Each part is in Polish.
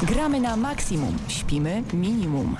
Gramy na maksimum, śpimy minimum.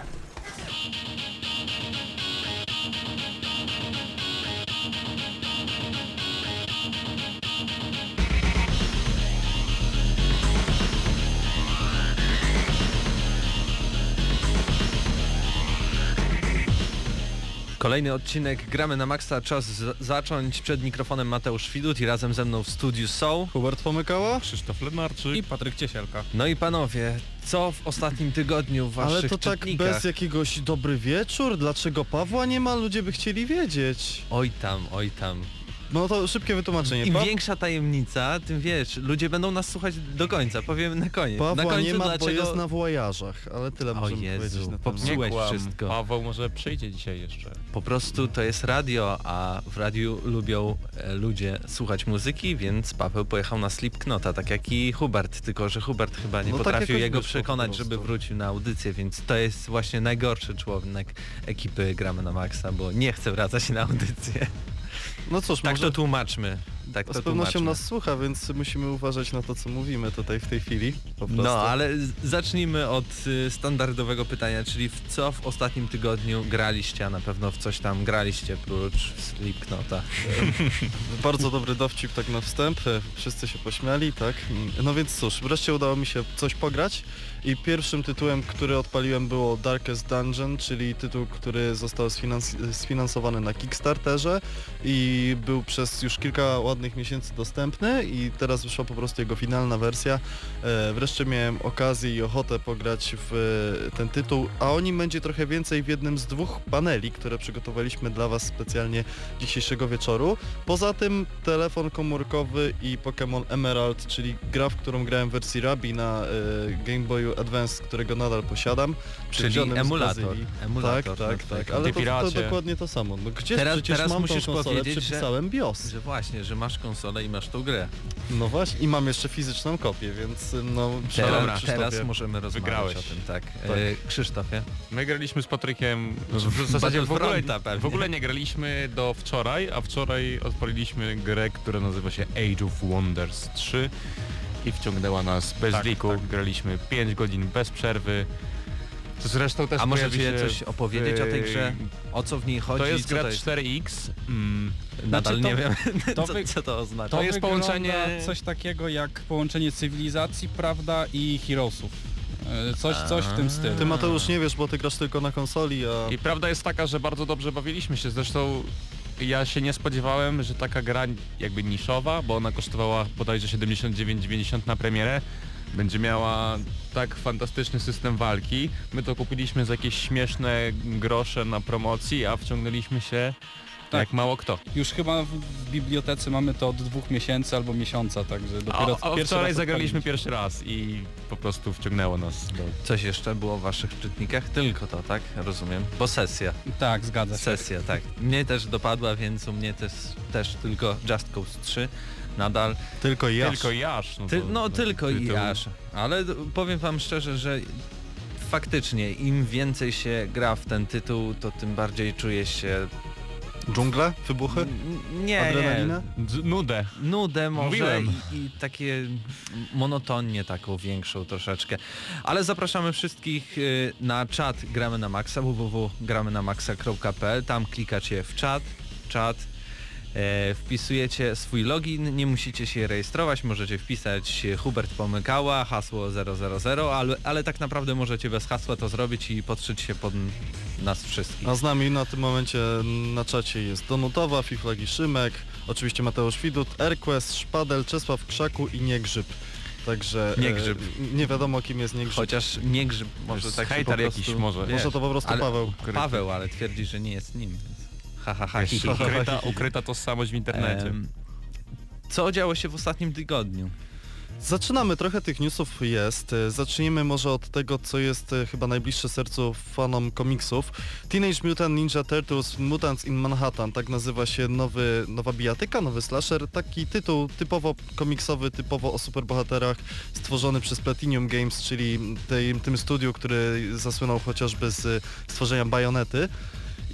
Kolejny odcinek Gramy na Maxa, czas zacząć. Przed mikrofonem Mateusz Widut i razem ze mną w studiu są Hubert Pomykała, Krzysztof Lenarczyk i Patryk Ciesielka. No i panowie, co w ostatnim tygodniu w waszych ale to czytnikach? tak bez jakiegoś dobry wieczór? Dlaczego Pawła nie ma? Ludzie by chcieli wiedzieć. Oj tam. No to szybkie wytłumaczenie. Im większa tajemnica, tym wiesz, ludzie będą nas słuchać do końca, powiem na koniec. Pawła na końcu nie ma, dlaczego... bo jest na wojażdżach, ale tyle możemy powiedzieć na temat. popsułeś wszystko. Paweł może przyjdzie dzisiaj jeszcze. Po prostu to jest radio, a w radiu lubią ludzie słuchać muzyki, więc Paweł pojechał na Slipknota, tak jak i Hubert, tylko że Hubert chyba nie tak potrafił jakoś jego wyszło przekonać, żeby wrócił na audycję, więc to jest właśnie najgorszy członek ekipy Gramy na Maxa, bo nie chce wracać na audycję. No cóż, Tak może... to tłumaczmy. Tak to z pewnością tłumaczmy. nas słucha, więc musimy uważać na to, co mówimy tutaj w tej chwili. Po prostu. No, ale zacznijmy od standardowego pytania, czyli w co w ostatnim tygodniu graliście, a na pewno w coś tam graliście prócz Slipknota. Bardzo dobry dowcip tak na wstęp, wszyscy się pośmiali, tak? No więc cóż, wreszcie udało mi się coś pograć i pierwszym tytułem, który odpaliłem, było Darkest Dungeon, czyli tytuł, który został sfinansowany na Kickstarterze i był przez już kilka ładnych miesięcy dostępny i teraz wyszła po prostu jego finalna wersja. Wreszcie miałem okazję i ochotę pograć w ten tytuł, a o nim będzie trochę więcej w jednym z dwóch paneli, które przygotowaliśmy dla Was specjalnie dzisiejszego wieczoru. Poza tym telefon komórkowy i Pokémon Emerald, czyli gra, w którą grałem w wersji Rabi na Game Boyu Advance, którego nadal posiadam. Czyli emulator. Tak. Ale to dokładnie to samo. No gdzie przecież mam tą konsolę, przypisałem BIOS. Że właśnie, że masz konsolę i masz tą grę. No właśnie, i mam jeszcze fizyczną kopię, więc no... Teraz możemy rozmawiać o tym, tak. Krzysztofie? My graliśmy z Patrykiem, w zasadzie w ogóle nie graliśmy do wczoraj, a wczoraj odpaliliśmy grę, która nazywa się Age of Wonders 3 i wciągnęła nas bez liku. Graliśmy 5 godzin bez przerwy. Zresztą też a możecie coś opowiedzieć o tej grze? O co w niej chodzi? To jest gra 4X. Nadal nie wiem, to co to oznacza. To jest połączenie... coś takiego jak połączenie cywilizacji, prawda, i Heroesów. Coś w tym stylu. Ty, Mateusz, nie wiesz, bo ty grasz tylko na konsoli, a... I prawda jest taka, że bardzo dobrze bawiliśmy się. Zresztą ja się nie spodziewałem, że taka gra jakby niszowa, bo ona kosztowała bodajże 79,90 na premierę, będzie miała tak fantastyczny system walki. My to kupiliśmy za jakieś śmieszne grosze na promocji, a wciągnęliśmy się jak mało kto. Już chyba w bibliotece mamy to od 2 miesięcy albo miesiąca, także dopiero wczoraj zagraliśmy pierwszy raz i po prostu wciągnęło nas. Coś jeszcze było w waszych czytnikach? Tylko to, tak? Rozumiem. Bo sesja. Tak, zgadza się. Sesja, tak. Mnie też dopadła, więc u mnie też tylko Just Cause 3. Nadal. Tylko Jasz. Tylko Jasz. Tylko Jasz. Ale powiem wam szczerze, że faktycznie im więcej się gra w ten tytuł, to tym bardziej czuję się... Dżungle? Wybuchy? Nie. Nudę może i takie monotonię taką większą troszeczkę. Ale zapraszamy wszystkich na czat Gramy na Maxa, www.gramynamaxa.pl. Tam klikacie w czat. Wpisujecie swój login, nie musicie się rejestrować, możecie wpisać Hubert Pomykała, hasło 000, ale tak naprawdę możecie bez hasła to zrobić i podszyć się pod nas wszystkich. A z nami na tym momencie na czacie jest Donutowa, Fiflagi Szymek, oczywiście Mateusz Widut, Airquest, Szpadel, Czesław Krzaku i Niegrzyb. Także Niegrzyb. Nie wiadomo, kim jest Niegrzyb. Chociaż Niegrzyb może tak hejter jakiś może. Może to po prostu Paweł. Paweł, ale twierdzi, że nie jest nim. Ukryta tożsamość w internecie. Co działo się w ostatnim tygodniu? Zaczynamy, trochę tych newsów jest. Zacznijmy może od tego, co jest chyba najbliższe sercu fanom komiksów. Teenage Mutant Ninja Turtles Mutants in Manhattan, tak nazywa się nowa bijatyka, nowy slasher. Taki tytuł typowo komiksowy, typowo o superbohaterach, stworzony przez Platinum Games, czyli tym studiu, który zasłynął chociażby z stworzenia Bajonety.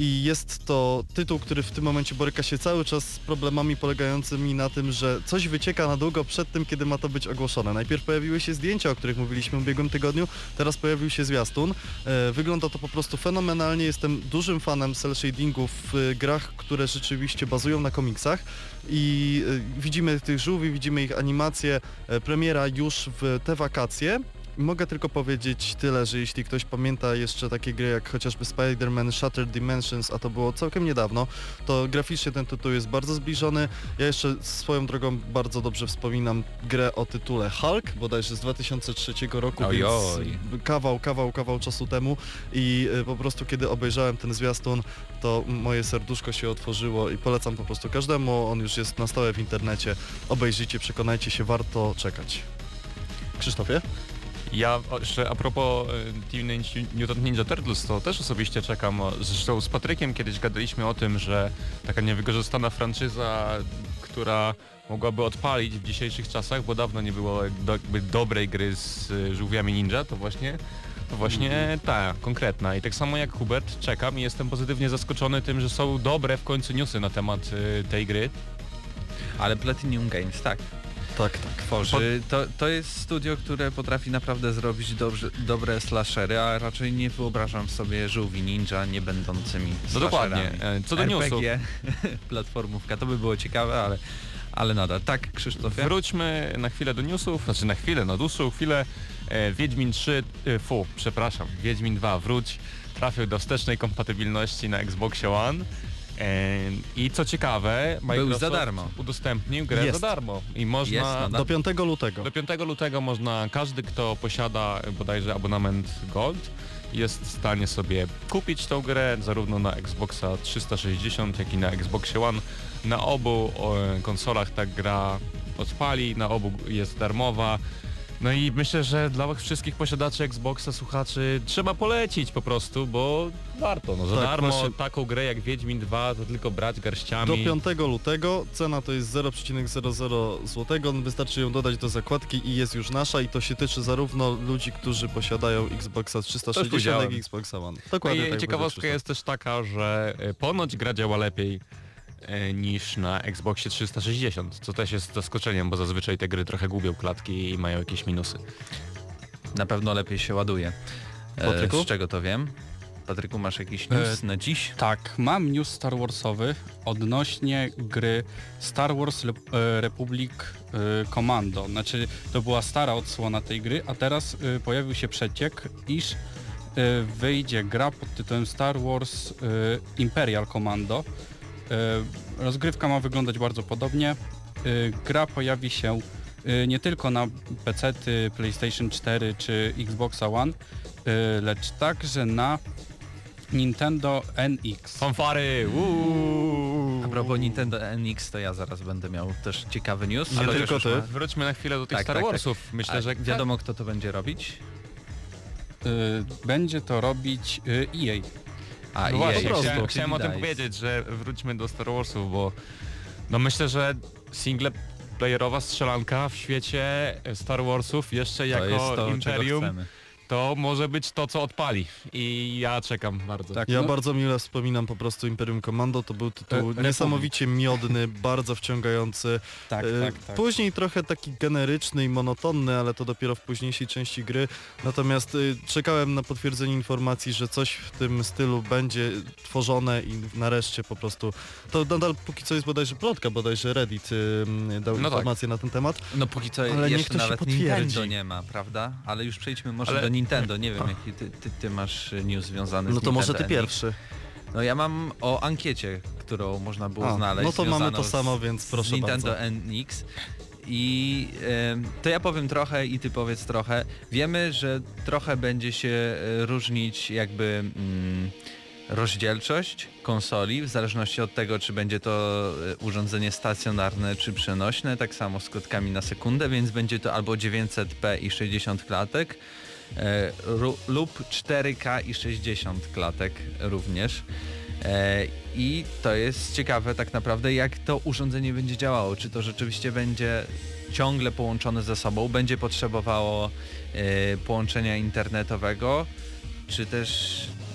i jest to tytuł, który w tym momencie boryka się cały czas z problemami polegającymi na tym, że coś wycieka na długo przed tym, kiedy ma to być ogłoszone. Najpierw pojawiły się zdjęcia, o których mówiliśmy w ubiegłym tygodniu, teraz pojawił się zwiastun. Wygląda to po prostu fenomenalnie, jestem dużym fanem cel shadingu w grach, które rzeczywiście bazują na komiksach i widzimy tych żółwi, widzimy ich animacje, premiera już w te wakacje. Mogę tylko powiedzieć tyle, że jeśli ktoś pamięta jeszcze takie gry jak chociażby Spider-Man Shattered Dimensions, a to było całkiem niedawno, to graficznie ten tytuł jest bardzo zbliżony. Ja jeszcze swoją drogą bardzo dobrze wspominam grę o tytule Hulk, bodajże z 2003 roku, Ojoj. więc kawał czasu temu i po prostu kiedy obejrzałem ten zwiastun, to moje serduszko się otworzyło i polecam po prostu każdemu, on już jest na stałe w internecie, obejrzyjcie, przekonajcie się, warto czekać. Krzysztofie? Ja jeszcze a propos Teenage Mutant Ninja Turtles, to też osobiście czekam. Zresztą z Patrykiem kiedyś gadaliśmy o tym, że taka niewykorzystana franczyza, która mogłaby odpalić w dzisiejszych czasach, bo dawno nie było jakby dobrej gry z żółwiami ninja, to właśnie ta konkretna. I tak samo jak Hubert, czekam i jestem pozytywnie zaskoczony tym, że są dobre w końcu newsy na temat tej gry. Ale Platinum Games, tak. Tak. Tworzy. To jest studio, które potrafi naprawdę zrobić dobre slashery, a raczej nie wyobrażam sobie żółwi ninja nie będącymi No dokładnie. slasherami. Co do newsów. RPG, platformówka, to by było ciekawe, ale nadal. Tak, Krzysztofie? Wróćmy na chwilę do newsów, znaczy na chwilę, na dłuższą chwilę. Wiedźmin 2 wróć, trafił do wstecznej kompatybilności na Xboxie One. I co ciekawe, Microsoft za darmo. udostępnił grę za darmo i można Do 5 lutego. do 5 lutego można, każdy kto posiada bodajże abonament Gold jest w stanie sobie kupić tą grę zarówno na Xboxa 360 jak i na Xboxie One. Na obu konsolach ta gra odpali, na obu jest darmowa. No i myślę, że dla wszystkich posiadaczy Xboxa, słuchaczy trzeba polecić po prostu, bo warto. No, za Tak, darmo właśnie. taką grę jak Wiedźmin 2 to tylko brać garściami. Do 5 lutego, cena to jest 0,00 zł, wystarczy ją dodać do zakładki i jest już nasza i to się tyczy zarówno ludzi, którzy posiadają Xboxa 360, jak i Xboxa One. No Dokładnie i tak ciekawostka jest też taka, że ponoć gra działa lepiej niż na Xboxie 360, co też jest zaskoczeniem, bo zazwyczaj te gry trochę gubią klatki i mają jakieś minusy. Na pewno lepiej się ładuje. Patryku? Z czego to wiem? Patryku, masz jakiś news na dziś? Tak, mam news Star Warsowy odnośnie gry Star Wars Republic Commando. Znaczy, to była stara odsłona tej gry, a teraz pojawił się przeciek, iż wyjdzie gra pod tytułem Star Wars Imperial Commando. Rozgrywka ma wyglądać bardzo podobnie. Gra pojawi się nie tylko na PC-ty, PlayStation 4 czy Xboxa One, lecz także na Nintendo NX. Fanfary! A propos Nintendo NX, to ja zaraz będę miał też ciekawy news. Nie ale tylko już ty. ma- Wróćmy na chwilę do tych Tak, Star tak, tak. Warsów. Myślę, A że wiadomo, kto to będzie robić? Będzie to robić EA. A No właśnie, EA, chciałem czyli o tym DICE. powiedzieć, że wróćmy do Star Warsów, bo no myślę, że single playerowa strzelanka w świecie Star Warsów jeszcze To jest jako to, czego Imperium chcemy. to może być to, co odpali. I ja czekam bardzo. Tak, Ja no, bardzo mile wspominam po prostu Imperium Commando, to był tytuł Republic. niesamowicie miodny, bardzo wciągający. tak. Później trochę taki generyczny i monotonny, ale to dopiero w późniejszej części gry. Natomiast czekałem na potwierdzenie informacji, że coś w tym stylu będzie tworzone i nareszcie po prostu... To nadal póki co jest bodajże plotka, bodajże Reddit dał No tak. informacje na ten temat. No póki co Ale niech jeszcze to się nawet potwierdzi. Nintendo nie ma, prawda? Ale już przejdźmy może Ale- do Nintendo. Nie wiem, jaki ty masz news związany z No to może ty Nintendo NX. pierwszy. No ja mam o ankiecie, którą można było A, znaleźć. no to mamy związaną to samo, więc z proszę Nintendo bardzo. NX. I to ja powiem trochę i ty powiedz trochę. Wiemy, że trochę będzie się różnić jakby rozdzielczość konsoli w zależności od tego, czy będzie to urządzenie stacjonarne czy przenośne, tak samo z klatkami na sekundę, więc będzie to albo 900p i 60 klatek lub 4K i 60 klatek również. I to jest ciekawe tak naprawdę, jak to urządzenie będzie działało. Czy to rzeczywiście będzie ciągle połączone ze sobą, będzie potrzebowało połączenia internetowego, czy też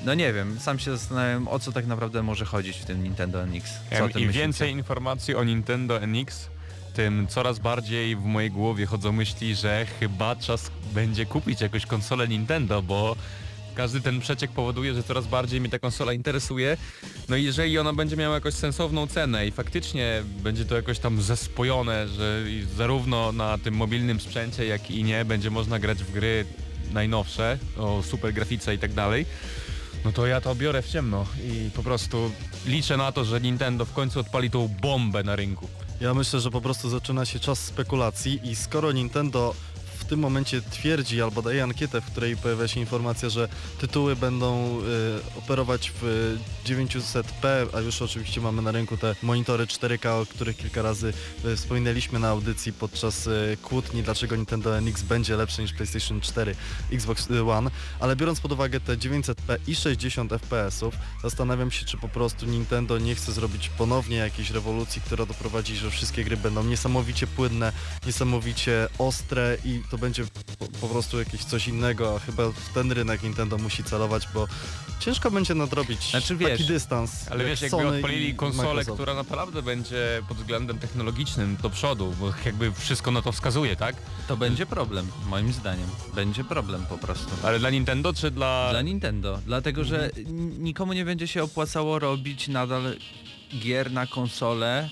no nie wiem, sam się zastanawiam, o co tak naprawdę może chodzić w tym Nintendo NX. Im więcej informacji o Nintendo NX, tym coraz bardziej w mojej głowie chodzą myśli, że chyba czas będzie kupić jakąś konsolę Nintendo, bo każdy ten przeciek powoduje, że coraz bardziej mnie ta konsola interesuje. No i jeżeli ona będzie miała jakąś sensowną cenę i faktycznie będzie to jakoś tam zespojone, że zarówno na tym mobilnym sprzęcie, jak i nie będzie można grać w gry najnowsze, o super grafice i tak dalej, no to ja to biorę w ciemno i po prostu liczę na to, że Nintendo w końcu odpali tą bombę na rynku. Ja myślę, że po prostu zaczyna się czas spekulacji i skoro Nintendo w tym momencie twierdzi albo daje ankietę, w której pojawia się informacja, że tytuły będą operować w 900p, a już oczywiście mamy na rynku te monitory 4K, o których kilka razy wspominaliśmy na audycji podczas kłótni, dlaczego Nintendo NX będzie lepsze niż PlayStation 4, Xbox One, ale biorąc pod uwagę te 900p i 60 fps-ów, zastanawiam się, czy po prostu Nintendo nie chce zrobić ponownie jakiejś rewolucji, która doprowadzi, że wszystkie gry będą niesamowicie płynne, niesamowicie ostre i to będzie po prostu jakieś coś innego, a chyba w ten rynek Nintendo musi celować, bo ciężko będzie nadrobić taki dystans. Ale wiesz, jakby odpalili konsolę, która naprawdę będzie pod względem technologicznym do przodu, bo jakby wszystko na to wskazuje, tak? To będzie problem, moim zdaniem. Będzie problem po prostu. Ale dla Nintendo czy dla... Dla Nintendo, dlatego że nikomu nie będzie się opłacało robić nadal gier na konsolę,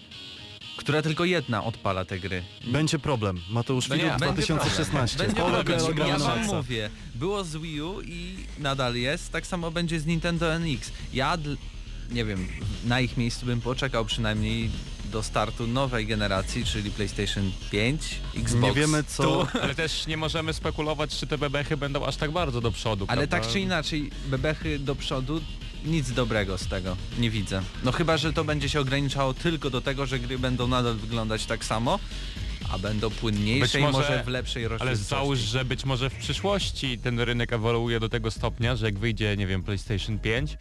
która tylko jedna odpala te gry. Będzie problem. Mateusz Widuk 2016. Będzie problem. Ja wam mówię, było z Wii U i nadal jest, tak samo będzie z Nintendo NX. Ja, nie wiem, na ich miejscu bym poczekał przynajmniej do startu nowej generacji, czyli PlayStation 5, Xbox. Nie wiemy co... Ale też nie możemy spekulować, czy te bebechy będą aż tak bardzo do przodu. Ale prawda? tak czy inaczej, bebechy do przodu, nic dobrego z tego nie widzę. No chyba, że to będzie się ograniczało tylko do tego, że gry będą nadal wyglądać tak samo, a będą płynniejsze i może w lepszej rozdzielczości. Ale załóż, że być może w przyszłości ten rynek ewoluuje do tego stopnia, że jak wyjdzie, nie wiem, PlayStation 5,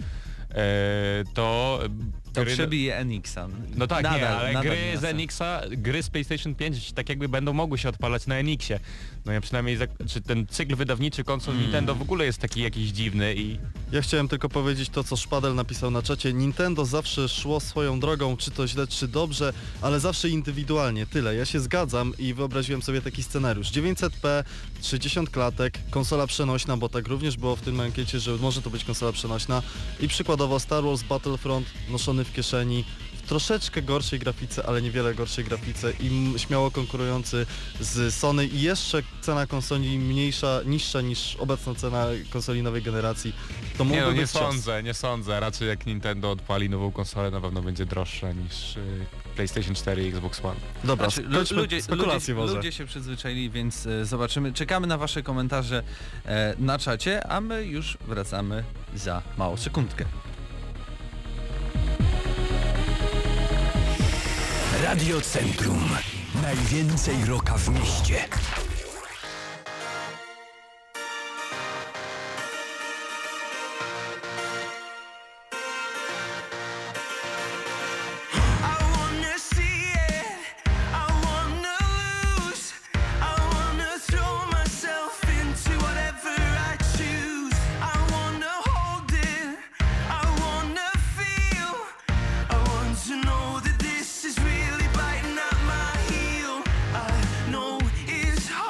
to przebije NX-a. No tak, nadal, ale gry z NX-a, gry z PlayStation 5 tak jakby będą mogły się odpalać na NX-ie. No ja przynajmniej, czy ten cykl wydawniczy konsol Nintendo w ogóle jest taki jakiś dziwny i... Ja chciałem tylko powiedzieć to, co Szpadel napisał na czacie. Nintendo zawsze szło swoją drogą, czy to źle, czy dobrze, ale zawsze indywidualnie, tyle. Ja się zgadzam i wyobraziłem sobie taki scenariusz. 900p, 60 klatek, konsola przenośna, bo tak również było w tym ankiecie, że może to być konsola przenośna i przykładowo Star Wars Battlefront noszony w kieszeni, w troszeczkę gorszej grafice, ale niewiele gorszej grafice i śmiało konkurujący z Sony i jeszcze cena konsoli niższa niż obecna cena konsoli nowej generacji. To mógłby być nie sądzę. Raczej jak Nintendo odpali nową konsolę, na pewno będzie droższa niż PlayStation 4 i Xbox One. Dobra, ludzie się przyzwyczaili, więc zobaczymy. Czekamy na wasze komentarze na czacie, a my już wracamy za małą sekundkę. Radio Centrum. Najwięcej rocka w mieście. Know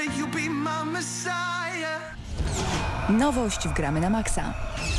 Nowość w Gramy na Maxa.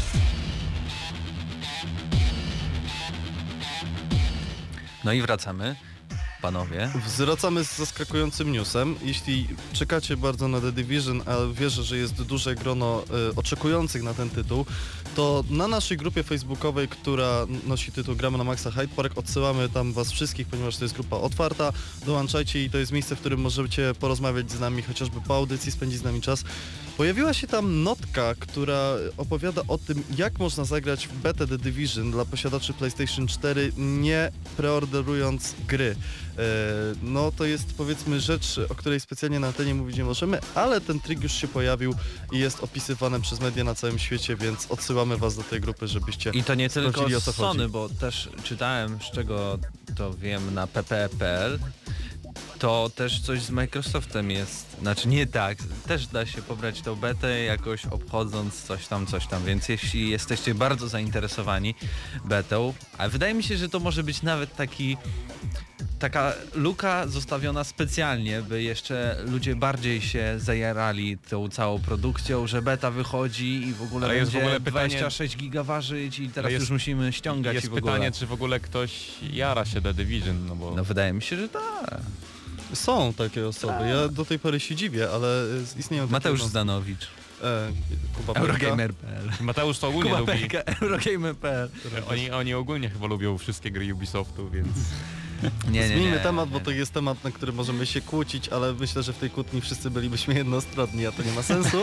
No i wracamy. Panowie. Wracamy z zaskakującym newsem. Jeśli czekacie bardzo na The Division, a wierzę, że jest duże grono oczekujących na ten tytuł, to na naszej grupie facebookowej, która nosi tytuł Gramy na Maxa Hyde Park, odsyłamy tam was wszystkich, ponieważ to jest grupa otwarta. Dołączajcie i to jest miejsce, w którym możecie porozmawiać z nami, chociażby po audycji, spędzić z nami czas. Pojawiła się tam notka, która opowiada o tym, jak można zagrać w betę The Division dla posiadaczy PlayStation 4, nie preorderując gry. No to jest, powiedzmy, rzecz, o której specjalnie na antenie mówić nie możemy, ale ten trik już się pojawił i jest opisywany przez media na całym świecie, więc odsyłamy was do tej grupy, żebyście I to nie tylko sprawdzili, o co z Sony, chodzi. bo też czytałem, z czego to wiem, na ppe.pl, to też coś z Microsoftem jest, znaczy nie tak, też da się pobrać tą betę jakoś obchodząc coś tam, więc jeśli jesteście bardzo zainteresowani betą, a wydaje mi się, że to może być nawet taka luka zostawiona specjalnie, by jeszcze ludzie bardziej się zajarali tą całą produkcją, że beta wychodzi i w ogóle Ale jest będzie w ogóle pytanie, 26 giga ważyć i teraz jest- już musimy ściągać Jest i w ogóle. pytanie, czy w ogóle ktoś jara się The Division, no bo... No wydaje mi się, że tak. Są takie osoby, ja do tej pory się dziwię, ale istnieją takie Mateusz jednostki. Zdanowicz, Kuba Pelka. Eurogamer.pl. Mateusz to ogólnie Kuba lubi. Pelka, Eurogamer.pl. Oni ogólnie chyba lubią wszystkie gry Ubisoftu, więc... Nie. Zmieńmy temat, bo to jest temat, na który możemy się kłócić, ale myślę, że w tej kłótni wszyscy bylibyśmy jednostronni, a to nie ma sensu.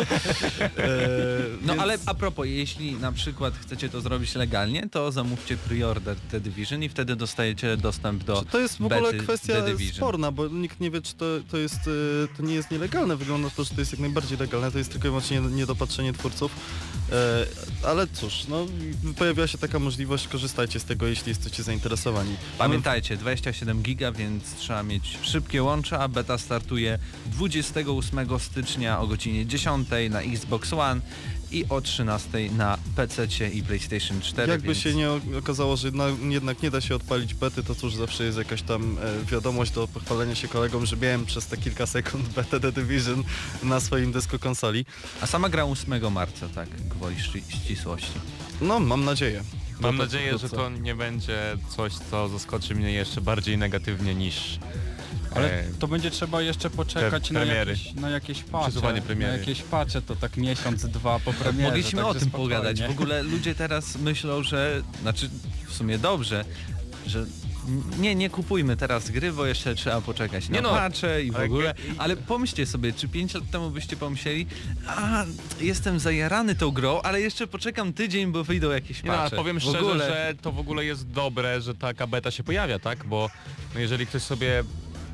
No Więc- ale a propos, jeśli na przykład chcecie to zrobić legalnie, to zamówcie pre-order The Division i wtedy dostajecie dostęp do To jest w ogóle bety kwestia The Division. sporna, bo nikt nie wie, czy to nie jest nielegalne. Wygląda na to, że to jest jak najbardziej legalne, to jest tylko i wyłącznie niedopatrzenie twórców. Ale cóż, no pojawiła się taka możliwość, korzystajcie z tego, jeśli jesteście zainteresowani. Pamiętajcie, 27 giga, więc trzeba mieć szybkie łącza. Beta startuje 28 stycznia o godzinie 10 na Xbox One i o 13 na PC i PlayStation 4. Jakby więc... się nie okazało, że jednak nie da się odpalić bety, to cóż, zawsze jest jakaś tam wiadomość do pochwalenia się kolegom, że miałem przez te kilka sekund betę The Division na swoim dysku konsoli. A sama gra 8 marca, tak, gwoli ścisłości. No, mam nadzieję. Mam To nadzieję, że wkrótce. to nie będzie coś, co zaskoczy mnie jeszcze bardziej negatywnie niż... Ale to będzie trzeba jeszcze poczekać te na premiery. jakieś patche. Przesuwanie Na premiery. jakieś patche to tak miesiąc, dwa po premierze. Mogliśmy o także tym spokojnie. pogadać. W ogóle ludzie teraz myślą, że, znaczy w sumie dobrze, że nie kupujmy teraz gry, bo jeszcze trzeba poczekać na Nie no, patche i w ale- ogóle. Ale pomyślcie sobie, czy 5 lat temu byście pomyśleli, jestem zajarany tą grą, ale jeszcze poczekam tydzień, bo wyjdą jakieś Nie, no, patche. powiem W szczerze, ogóle. że to w ogóle jest dobre, że taka beta się pojawia, tak? Bo no jeżeli ktoś sobie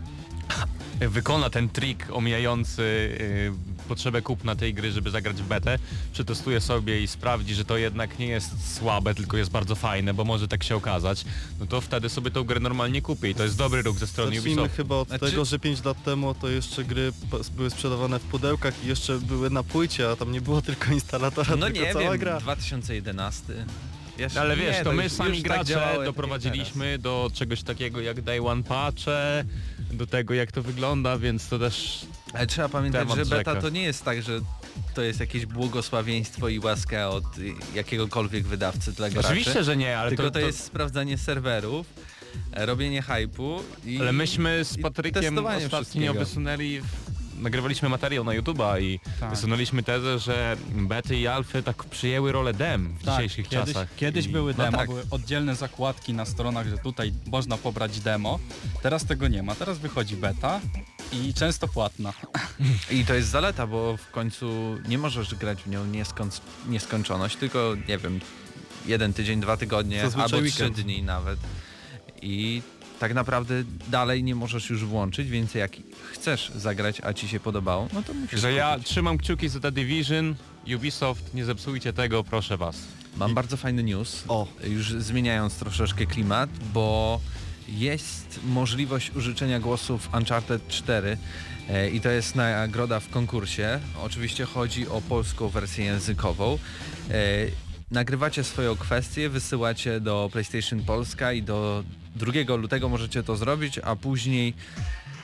wykona ten trik omijający potrzebę kupna tej gry, żeby zagrać w betę, przetestuje sobie i sprawdzi, że to jednak nie jest słabe, tylko jest bardzo fajne, bo może tak się okazać, no to wtedy sobie tą grę normalnie kupi i to jest dobry ruch ze strony Zacznijmy Ubisoftu. chyba od Znaczy- tego, że 5 lat temu to jeszcze gry były sprzedawane w pudełkach i jeszcze były na płycie, a tam nie było tylko instalatora, No tylko nie cała wiem, gra. 2011. Jeszcze, Ale wiesz, nie, to my już sami tak gracze działało, jak doprowadziliśmy do czegoś takiego jak Day One Patche, do tego jak to wygląda, więc to też... Ale trzeba pamiętać, Temat że beta rzeka. to nie jest tak, że to jest jakieś błogosławieństwo i łaska od jakiegokolwiek wydawcy dla graczy. Oczywiście, że nie, ale Tylko to jest sprawdzanie serwerów, robienie hype'u i... Ale myśmy z i Patrykiem testowanie ostatnio wszystkiego. wysunęli, nagrywaliśmy materiał na YouTube'a i Tak. wysunęliśmy tezę, że bety i alfy tak przyjęły rolę dem w dzisiejszych czasach. Kiedyś I- były no demo, tak. były oddzielne zakładki na stronach, że tutaj można pobrać demo. Teraz tego nie ma. Teraz wychodzi beta i często płatna. I to jest zaleta, bo w końcu nie możesz grać w nią nieskończoność, tylko nie wiem, 1 tydzień, 2 tygodnie, Zazwyczaj albo 3 weekend. dni nawet. I tak naprawdę dalej nie możesz już włączyć, więc jak chcesz zagrać, a ci się podobało, no to musisz Że ja kupić. trzymam kciuki za The Division, Ubisoft, nie zepsujcie tego, proszę was. Mam bardzo fajny news, O. już zmieniając troszeczkę klimat, bo jest możliwość użyczenia głosu w Uncharted 4 i to jest nagroda w konkursie. Oczywiście chodzi o polską wersję językową. Nagrywacie swoją kwestię, wysyłacie do PlayStation Polska i do 2 lutego możecie to zrobić, a później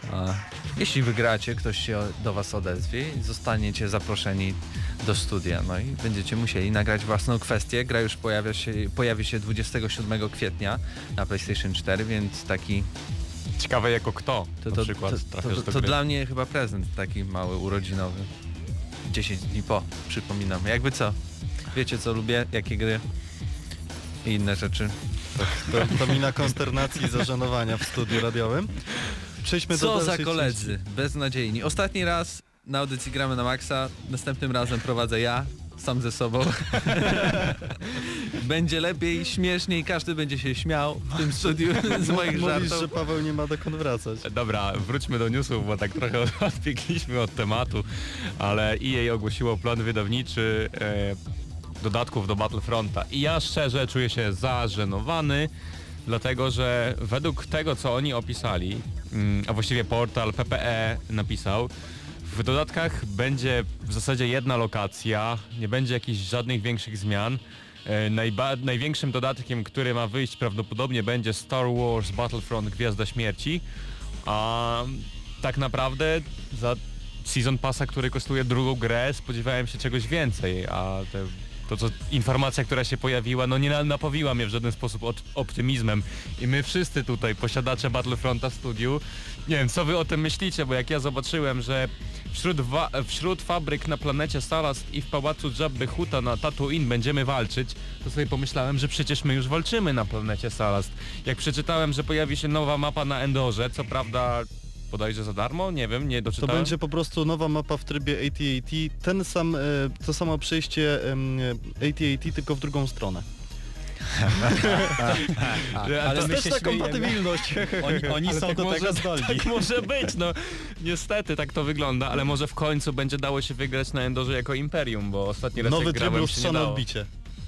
Jeśli wygracie, ktoś się do was odezwie i zostaniecie zaproszeni do studia, no i będziecie musieli nagrać własną kwestię. Gra już pojawi się 27 kwietnia na PlayStation 4, więc taki... Ciekawe jako kto, na przykład. To dla mnie chyba prezent taki mały, urodzinowy. 10 dni po, przypominam. Jakby co? Wiecie co lubię? Jakie gry? I inne rzeczy. To mina konsternacji i zażenowania w studiu radiowym. Przejdźmy do Co za dalszej koledzy, części. beznadziejni. Ostatni raz na audycji Gramy na Maxa, następnym razem prowadzę ja, sam ze sobą. Będzie lepiej, śmieszniej, każdy będzie się śmiał w tym studiu z moich Mówisz, żartów. że Paweł nie ma dokąd wracać. Dobra, wróćmy do newsów, bo tak trochę odbiegliśmy od tematu, ale EA ogłosiło plan wydawniczy dodatków do Battlefronta i ja szczerze czuję się zażenowany, dlatego że według tego, co oni opisali, a właściwie portal PPE napisał, w dodatkach będzie w zasadzie jedna lokacja, nie będzie jakichś żadnych większych zmian. Największym dodatkiem, który ma wyjść prawdopodobnie będzie Star Wars Battlefront Gwiazda Śmierci, a tak naprawdę za Season Passa, który kosztuje drugą grę, spodziewałem się czegoś więcej, a informacja, która się pojawiła, no nie napawiła mnie w żaden sposób optymizmem i my wszyscy tutaj, posiadacze Battlefronta w studiu, nie wiem, co wy o tym myślicie, bo jak ja zobaczyłem, że wśród fabryk na planecie Salast i w pałacu Jabby Hutta na Tatooine będziemy walczyć, to sobie pomyślałem, że przecież my już walczymy na planecie Salast. Jak przeczytałem, że pojawi się nowa mapa na Endorze, co prawda bodajże za darmo? Nie wiem, nie doczytałem. To będzie po prostu nowa mapa w trybie AT-AT, to samo przejście AT-AT, tylko w drugą stronę. Ale to my też się ta śmiejemy. kompatybilność. Oni są tak do może, tego zdolni. Tak może być, no niestety tak to wygląda, ale może w końcu będzie dało się wygrać na Endorze jako Imperium, bo ostatni raz Nowy jak tryb grałem się nie lustrzane dało. odbicie.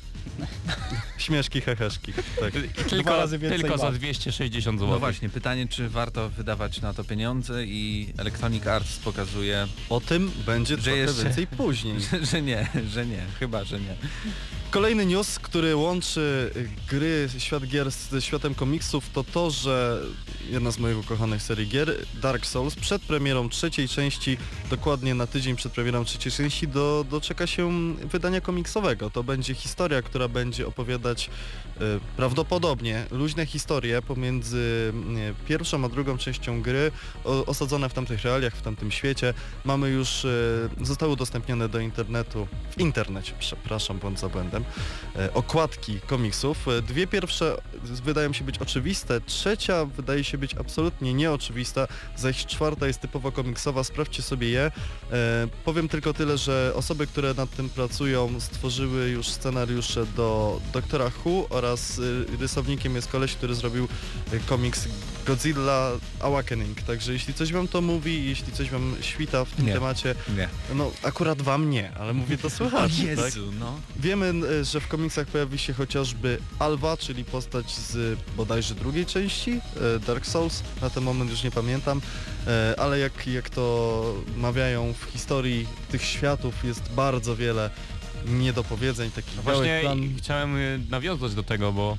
Śmieszki, heheszki. Tak. Dwa razy więcej Tylko za lat. 260 zł. No właśnie, pytanie, czy warto wydawać na to pieniądze i Electronic Arts pokazuje, O tym będzie trochę jeszcze- więcej później. że nie, chyba, że nie. Kolejny news, który łączy gry, świat gier z światem komiksów, to to, że jedna z moich ukochanych serii gier, Dark Souls, przed premierą trzeciej części, dokładnie na tydzień przed premierą trzeciej części, doczeka się wydania komiksowego. To będzie historia, która będzie opowiadać prawdopodobnie luźne historie pomiędzy pierwszą a drugą częścią gry, osadzone w tamtych realiach, w tamtym świecie. Mamy już, zostały udostępnione do internetu, w internecie, przepraszam, błąd za błędem, okładki komiksów. Dwie pierwsze wydają się być oczywiste, trzecia wydaje się być absolutnie nieoczywista, zaś czwarta jest typowo komiksowa, sprawdźcie sobie je. Powiem tylko tyle, że osoby, które nad tym pracują, stworzyły już scenariusze do Doktora Who oraz rysownikiem jest koleś, który zrobił komiks Godzilla Awakening, także jeśli coś wam to mówi, jeśli coś wam świta w tym Nie. temacie, Nie. no akurat wam nie, ale mówię to słuchaczy, tak? no. Wiemy, że w komiksach pojawi się chociażby Alva, czyli postać z bodajże drugiej części Dark Souls, na ten moment już nie pamiętam, ale jak to mawiają w historii tych światów jest bardzo wiele niedopowiedzeń, takich Właśnie białych plam. chciałem nawiązać do tego, bo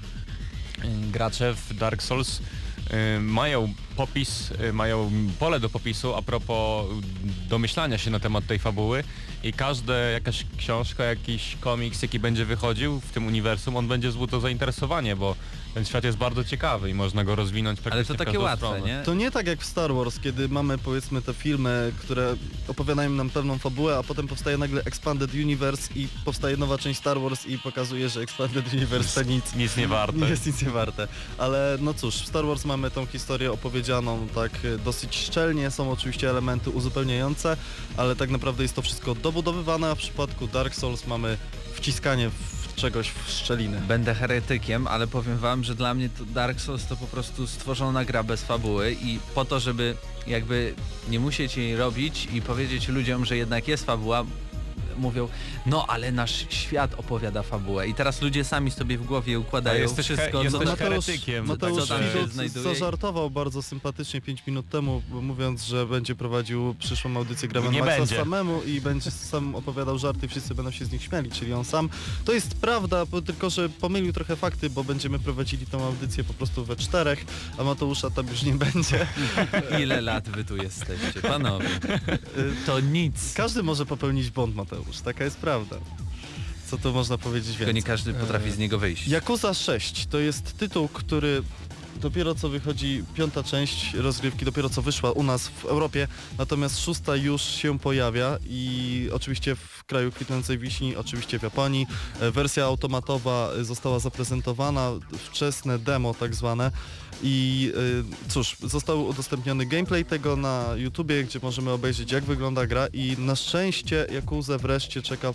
gracze w Dark Souls mają popis, mają pole do popisu a propos domyślania się na temat tej fabuły i każda jakaś książka, jakiś komiks, jaki będzie wychodził w tym uniwersum, on będzie wzbudzał to zainteresowanie, bo ten świat jest bardzo ciekawy i można go rozwinąć praktycznie Ale to w takie każdą łatwe, stronę. nie? To nie tak jak w Star Wars, kiedy mamy powiedzmy te filmy, które opowiadają nam pewną fabułę, a potem powstaje nagle Expanded Universe i powstaje nowa część Star Wars i pokazuje, że Expanded Universe to Nic nie warte. nie jest nic nie warte. Ale no cóż, w Star Wars mamy tą historię opowiedzianą tak dosyć szczelnie, są oczywiście elementy uzupełniające, ale tak naprawdę jest to wszystko dobudowywane, a w przypadku Dark Souls mamy wciskanie w czegoś w szczeliny. Będę heretykiem, ale powiem wam, że dla mnie to Dark Souls to po prostu stworzona gra bez fabuły i po to, żeby jakby nie musieć jej robić i powiedzieć ludziom, że jednak jest fabuła, mówią, no ale nasz świat opowiada fabułę i teraz ludzie sami sobie w głowie układają wszystko. Jesteś heretykiem. Mateusz tam się Widut znajduje. zażartował bardzo sympatycznie 5 minut temu, mówiąc, że będzie prowadził przyszłą audycję Gramy Nie na Maxa będzie. samemu i będzie sam opowiadał żarty, wszyscy będą się z nich śmiali, czyli on sam. To jest prawda, tylko że pomylił trochę fakty, bo będziemy prowadzili tą audycję po prostu we 4, a Mateusza tam już nie będzie. Ile lat wy tu jesteście, panowie? To nic. Każdy może popełnić błąd, Mateusz, taka jest prawda. Co tu można powiedzieć Tylko więcej? nie każdy potrafi z niego wyjść. Yakuza 6 to jest tytuł, który dopiero co wychodzi, 5. część rozgrywki dopiero co wyszła u nas w Europie, natomiast 6. już się pojawia i oczywiście w kraju kwitnącej wiśni, oczywiście w Japonii. Wersja automatowa została zaprezentowana, wczesne demo tak zwane. I cóż, został udostępniony gameplay tego na YouTubie, gdzie możemy obejrzeć jak wygląda gra i na szczęście Yakuzę wreszcie czeka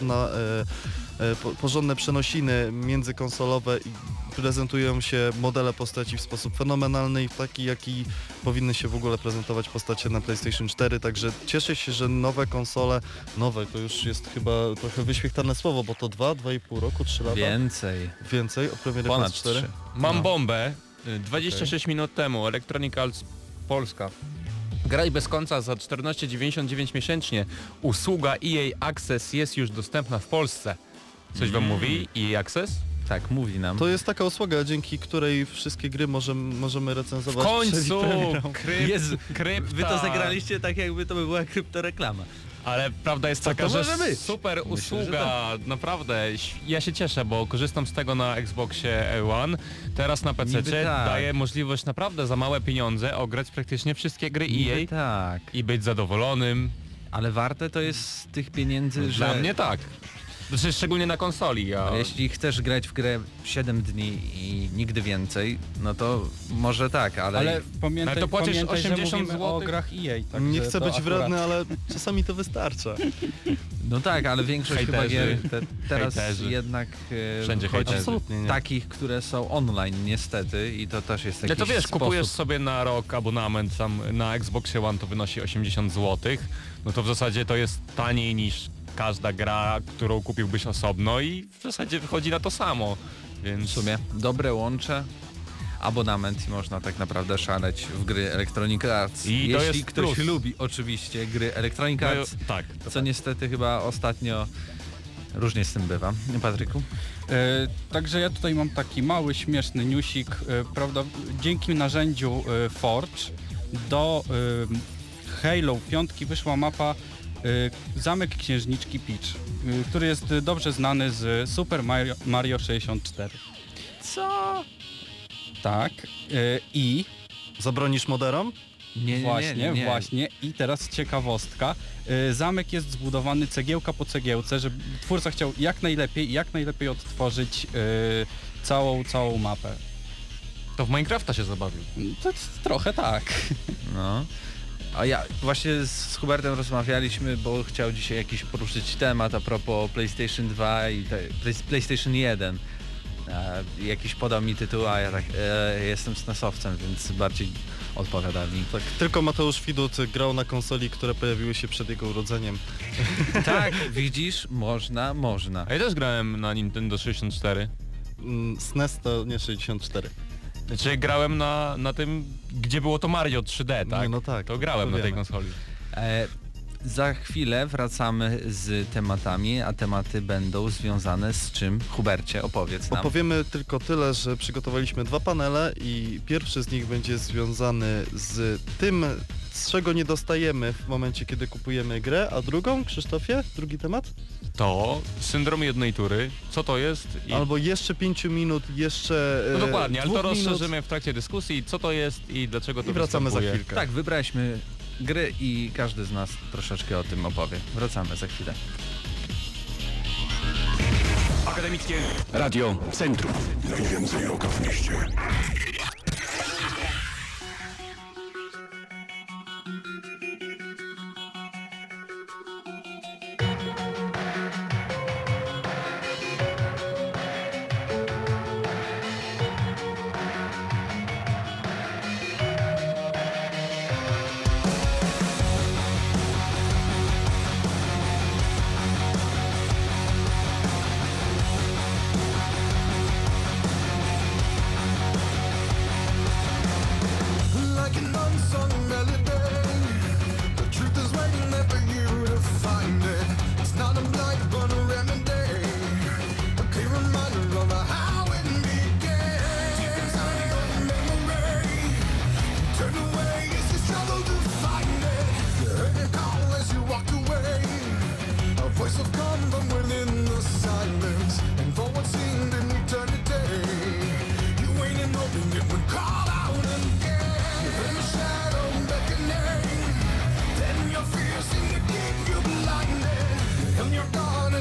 porządne przenosiny międzykonsolowe i prezentują się modele postaci w sposób fenomenalny i taki, jaki powinny się w ogóle prezentować postacie na PlayStation 4, także cieszę się, że nowe konsole, nowe to już jest chyba trochę wyświechtane słowo, bo to 2,5 roku, 3 lata? Więcej od premiery Ponad PS4? 3. Mam bombę. 26 minut temu Electronic Arts Polska. Graj bez końca za 14,99 miesięcznie. Usługa EA Access jest już dostępna w Polsce. Coś wam mówi EA Access? Tak, mówi nam. To jest taka usługa, dzięki której wszystkie gry możemy W recenzować końcu! przed premierą. Jezu, Krypta. wy to zagraliście tak, jakby to była kryptoreklama. Ale prawda jest Co taka, to że może być? super Myślę, usługa, naprawdę. Ja się cieszę, bo korzystam z tego na Xboxie One. Teraz na PC Niby tak. daje możliwość naprawdę za małe pieniądze ograć praktycznie wszystkie gry EA Niby tak. i być zadowolonym. Ale warte to jest tych pieniędzy, że... Dla mnie tak. Znaczy, szczególnie na konsoli. Ale jeśli chcesz grać w grę 7 dni i nigdy więcej, no to może tak, ale... Ale Ale to płacisz pamiętaj, że 80 mówimy o złotych? grach EA. Także Nie chcę to być akurat- wredny, ale czasami to wystarcza. No tak, ale większość chyba Hejterzy. gier teraz Hejterzy. jednak Wszędzie chodzi hejterzy. Absolutnie nie. takich, które są online niestety i to też jest Ja jakiś to wiesz, sposób. kupujesz sobie na rok abonament tam na Xboxie One, to wynosi 80 zł. No to w zasadzie to jest taniej niż każda gra, którą kupiłbyś osobno i w zasadzie wychodzi na to samo. Więc W sumie dobre łącze, abonament i można tak naprawdę szaleć w gry Electronic Arts. I to Jeśli jest ktoś plus. lubi oczywiście gry Electronic No, Arts, tak. co niestety chyba ostatnio różnie z tym bywa. Patryku? Także ja tutaj mam taki mały, śmieszny newsik, prawda, dzięki narzędziu Forge do Halo 5 wyszła mapa Zamek Księżniczki Peach, który jest dobrze znany z Super Mario 64. Co? Tak, i Zabronisz moderom? Nie. właśnie. I teraz ciekawostka. Zamek jest zbudowany cegiełka po cegiełce, żeby twórca chciał jak najlepiej odtworzyć całą mapę. To w Minecrafta się zabawił. To jest trochę tak. No. A ja właśnie z Hubertem rozmawialiśmy, bo chciał dzisiaj jakiś poruszyć temat a propos PlayStation 2 i PlayStation 1. Jakiś podał mi tytuł, a ja tak jestem SNES-owcem, więc bardziej odpowiada mi. Tak, tylko Mateusz Widut grał na konsoli, które pojawiły się przed jego urodzeniem. Tak, widzisz? Można. A ja też grałem na Nintendo 64. SNES to nie 64. Znaczy grałem na tym, gdzie było to Mario 3D, tak? Nie, no tak, To grałem to na tej wiemy. konsoli. Za chwilę wracamy z tematami, a tematy będą związane z czym? Hubercie, opowiedz nam. Opowiemy tylko tyle, że przygotowaliśmy 2 panele i pierwszy z nich będzie związany z tym, z czego nie dostajemy w momencie, kiedy kupujemy grę, a drugą, Krzysztofie, drugi temat? To syndrom jednej tury. Co to jest? Albo jeszcze 5 minut, jeszcze No dokładnie, ale 2 to minut. rozszerzymy w trakcie dyskusji, co to jest i dlaczego to I wracamy za występuje. chwilkę. Tak, wybraliśmy gry i każdy z nas troszeczkę o tym opowie. Wracamy za chwilę. Akademickie Radio Centrum. Najwięcej roka w mieście.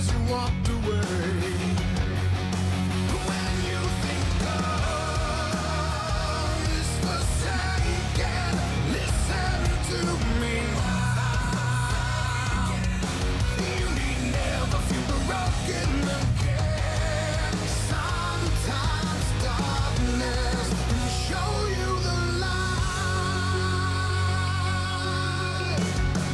as you walked away. When you think of this forsaken, listen to me. You need never feel broken again. Sometimes darkness can show you the light.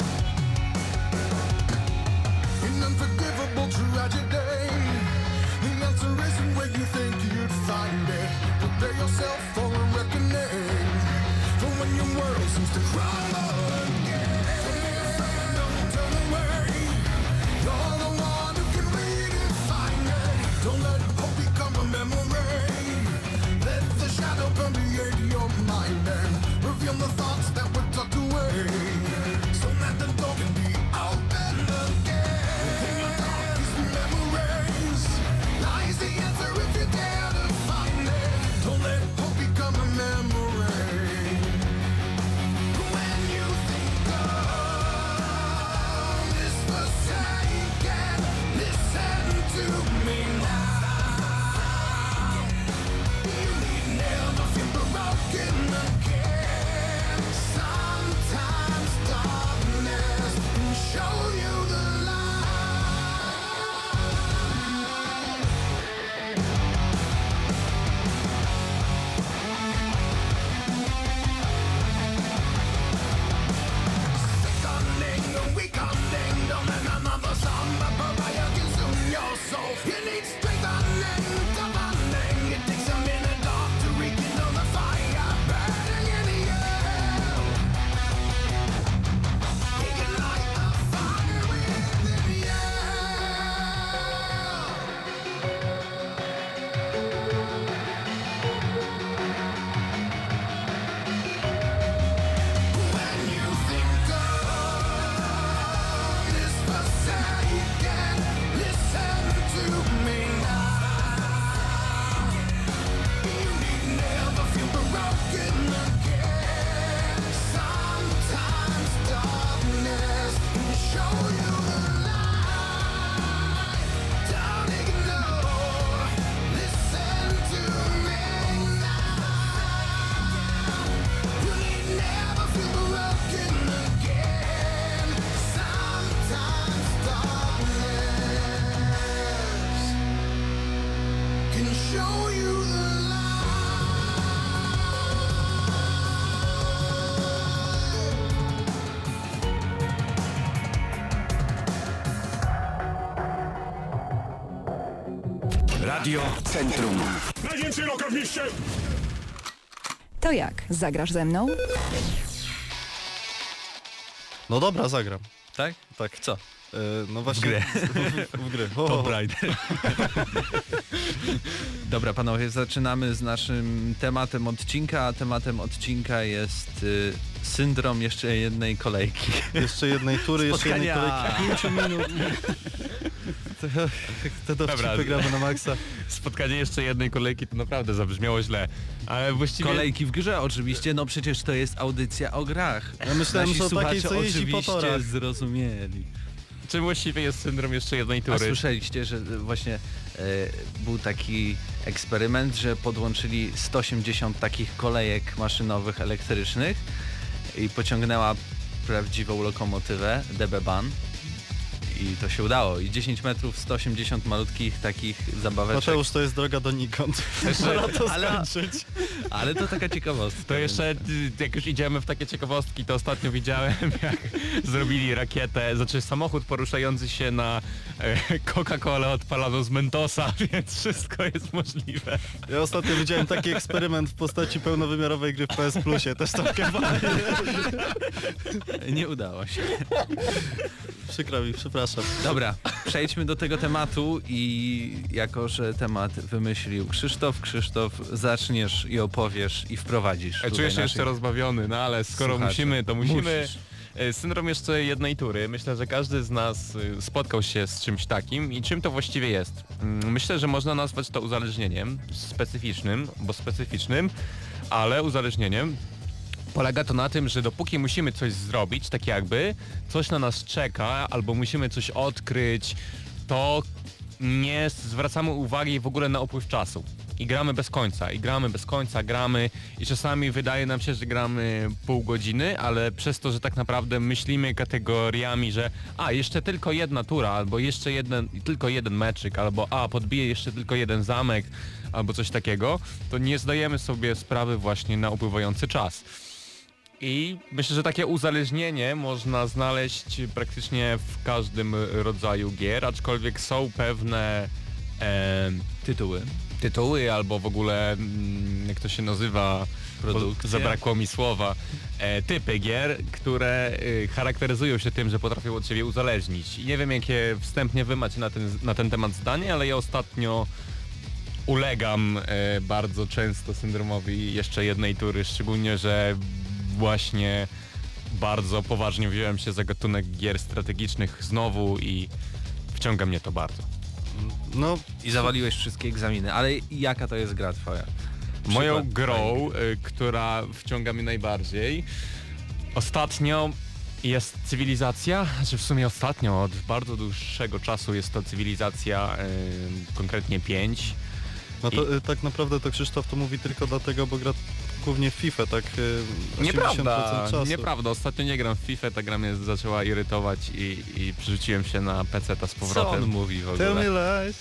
An unforgivable tragedy. The answer isn't where you think you'd find it. Prepare yourself for a reckoning. For when your world seems to crumble again. Don't turn away. You're the one who can redefine it. Don't let hope become a memory. Let the shadow permeate your mind and reveal the thoughts that were tucked away. So that the door can be opened again. In your darkest memories lies the answer if you dare to find it. Don't let hope become a memory. When you think of this forsaken, listen to me now. You need never feel broken again. Sometimes darkness can show you the don't let another summer pariah consume your soul. You need strengthening, toughening. It takes a minute off to rekindle the fire burning in you. You can light a fire within you. When you think of this forsaken, listen to me now. You need never feel broken again. Sometimes darkness can show you the light. Don't ignore, listen to me now. You need never feel broken again. Sometimes darkness can show you the Radio Centrum. Najwięcej loka w mieście! To jak, zagrasz ze mną? No dobra, zagram. Tak? Tak. Co? No właśnie. W grę. W grę. Tomb Raider. Dobra panowie, zaczynamy z naszym tematem odcinka, a tematem odcinka jest syndrom jeszcze jednej kolejki. Jeszcze jednej tury, jeszcze jednej Spotkania. kolejki. 5 minut. Te dowcipy gramy na maksa. Spotkanie jeszcze jednej kolejki to naprawdę zabrzmiało źle, ale właściwie... Kolejki w grze oczywiście, no przecież to jest audycja o grach. Ja myślałem, Nasi że o takiej, co słuchacze jeździ po oczywiście torach. zrozumieli. Czym właściwie jest syndrom jeszcze jednej A tury? słyszeliście, że właśnie był taki eksperyment, że podłączyli 180 takich kolejek maszynowych elektrycznych i pociągnęła prawdziwą lokomotywę DB-BAN i to się udało. I 10 metrów, 180 malutkich takich zabaweczek. Mateusz, to jest droga donikąd. Pora to skończyć. Ale to taka ciekawostka. To jeszcze, jak już idziemy w takie ciekawostki, to ostatnio widziałem, jak zrobili rakietę, znaczy samochód poruszający się na Coca-Colę odpalaną z Mentosa, więc wszystko jest możliwe. Ja ostatnio widziałem taki eksperyment w postaci pełnowymiarowej gry w PS Plusie. Też trochę fajnie. Nie udało się. Przykro mi, przepraszam. Dobra, przejdźmy do tego tematu i jako, że temat wymyślił Krzysztof, zaczniesz i opowiesz i wprowadzisz. Czuję się jeszcze rozbawiony, no ale skoro słuchaczy. musimy, to musimy... Musisz. Syndrom jeszcze jednej tury. Myślę, że każdy z nas spotkał się z czymś takim i czym to właściwie jest? Myślę, że można nazwać to uzależnieniem specyficznym, ale uzależnieniem. Polega to na tym, że dopóki musimy coś zrobić, tak jakby, coś na nas czeka, albo musimy coś odkryć, to nie zwracamy uwagi w ogóle na upływ czasu. I gramy bez końca, gramy i czasami wydaje nam się, że gramy pół godziny, ale przez to, że tak naprawdę myślimy kategoriami, że jeszcze tylko jedna tura, albo jeszcze tylko jeden meczyk, albo podbiję jeszcze tylko jeden zamek, albo coś takiego, to nie zdajemy sobie sprawy właśnie na upływający czas. I myślę, że takie uzależnienie można znaleźć praktycznie w każdym rodzaju gier, aczkolwiek są pewne tytuły albo w ogóle, jak to się nazywa, zabrakło mi słowa, typy gier, które charakteryzują się tym, że potrafią od siebie uzależnić. I nie wiem, jakie wstępnie wy macie na ten temat zdanie, ale ja ostatnio ulegam bardzo często syndromowi jeszcze jednej tury, szczególnie, że właśnie bardzo poważnie wziąłem się za gatunek gier strategicznych znowu i wciąga mnie to bardzo. No i zawaliłeś wszystkie egzaminy, ale jaka to jest gra twoja? Moją grą, która wciąga mnie najbardziej ostatnio jest Cywilizacja, w sumie ostatnio, od bardzo dłuższego czasu jest to Cywilizacja, konkretnie 5. No to tak naprawdę to Krzysztof to mówi tylko dlatego, bo gra głównie w FIFA, tak 80% czasu. Nieprawda, ostatnio nie gram w FIFA, ta gra mnie zaczęła irytować i przerzuciłem się na PC-ta z powrotem. Co on mówi w ogóle? Tell me lies.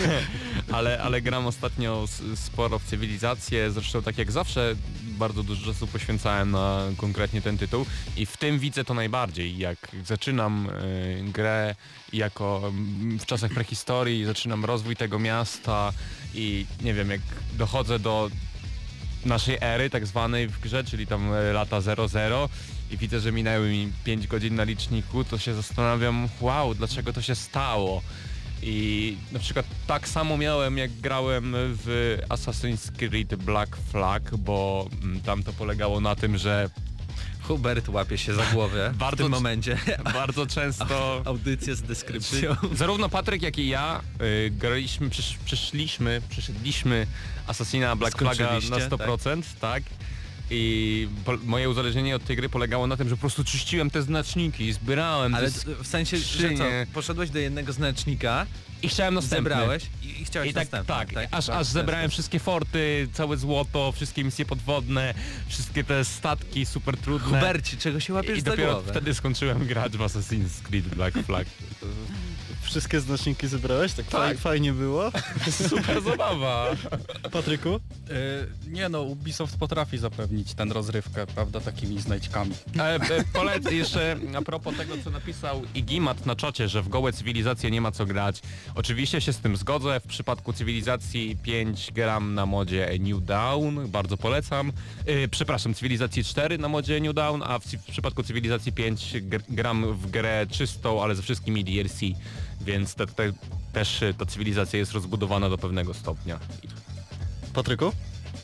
ale gram ostatnio sporo w Cywilizację, zresztą tak jak zawsze bardzo dużo czasu poświęcałem na konkretnie ten tytuł i w tym widzę to najbardziej, jak zaczynam grę jako w czasach prehistorii, zaczynam rozwój tego miasta i nie wiem, jak dochodzę do naszej ery tak zwanej w grze, czyli tam lata 00 i widzę, że minęły mi 5 godzin na liczniku, to się zastanawiam, wow, dlaczego to się stało? I na przykład tak samo miałem, jak grałem w Assassin's Creed Black Flag, bo tam to polegało na tym, że Hubert łapie się za głowę w tym momencie. Bardzo często audycję z deskrypcją. Zarówno Patryk, jak i ja graliśmy, przeszedliśmy Assassina Black Flaga na 100%, tak? I moje uzależnienie od tej gry polegało na tym, że po prostu czyściłem te znaczniki i zbierałem. Ale w sensie, że co? Poszedłeś do jednego znacznika i chciałem następny. Zebrałeś i chciałeś I tak, następny. Tak, aż zebrałem wszystkie forty, całe złoto, wszystkie misje podwodne, wszystkie te statki super trudne. Huberci, czego się łapiesz i za dopiero głowę? wtedy skończyłem grać w Assassin's Creed Black Flag. Wszystkie znaczniki zebrałeś? Tak. Fajnie było? Super zabawa. Patryku? Nie no, Ubisoft potrafi zapewnić tę rozrywkę, prawda, takimi znajdźkami. Polecę jeszcze a propos tego, co napisał Igimat na czacie, że w gołe Cywilizacje nie ma co grać. Oczywiście się z tym zgodzę. W przypadku Cywilizacji 5 gram na modzie New Dawn, bardzo polecam. Przepraszam, Cywilizacji 4 na modzie New Dawn, a w przypadku Cywilizacji 5 gram w grę czystą, ale ze wszystkimi DLC, więc też ta cywilizacja jest rozbudowana do pewnego stopnia. Patryku?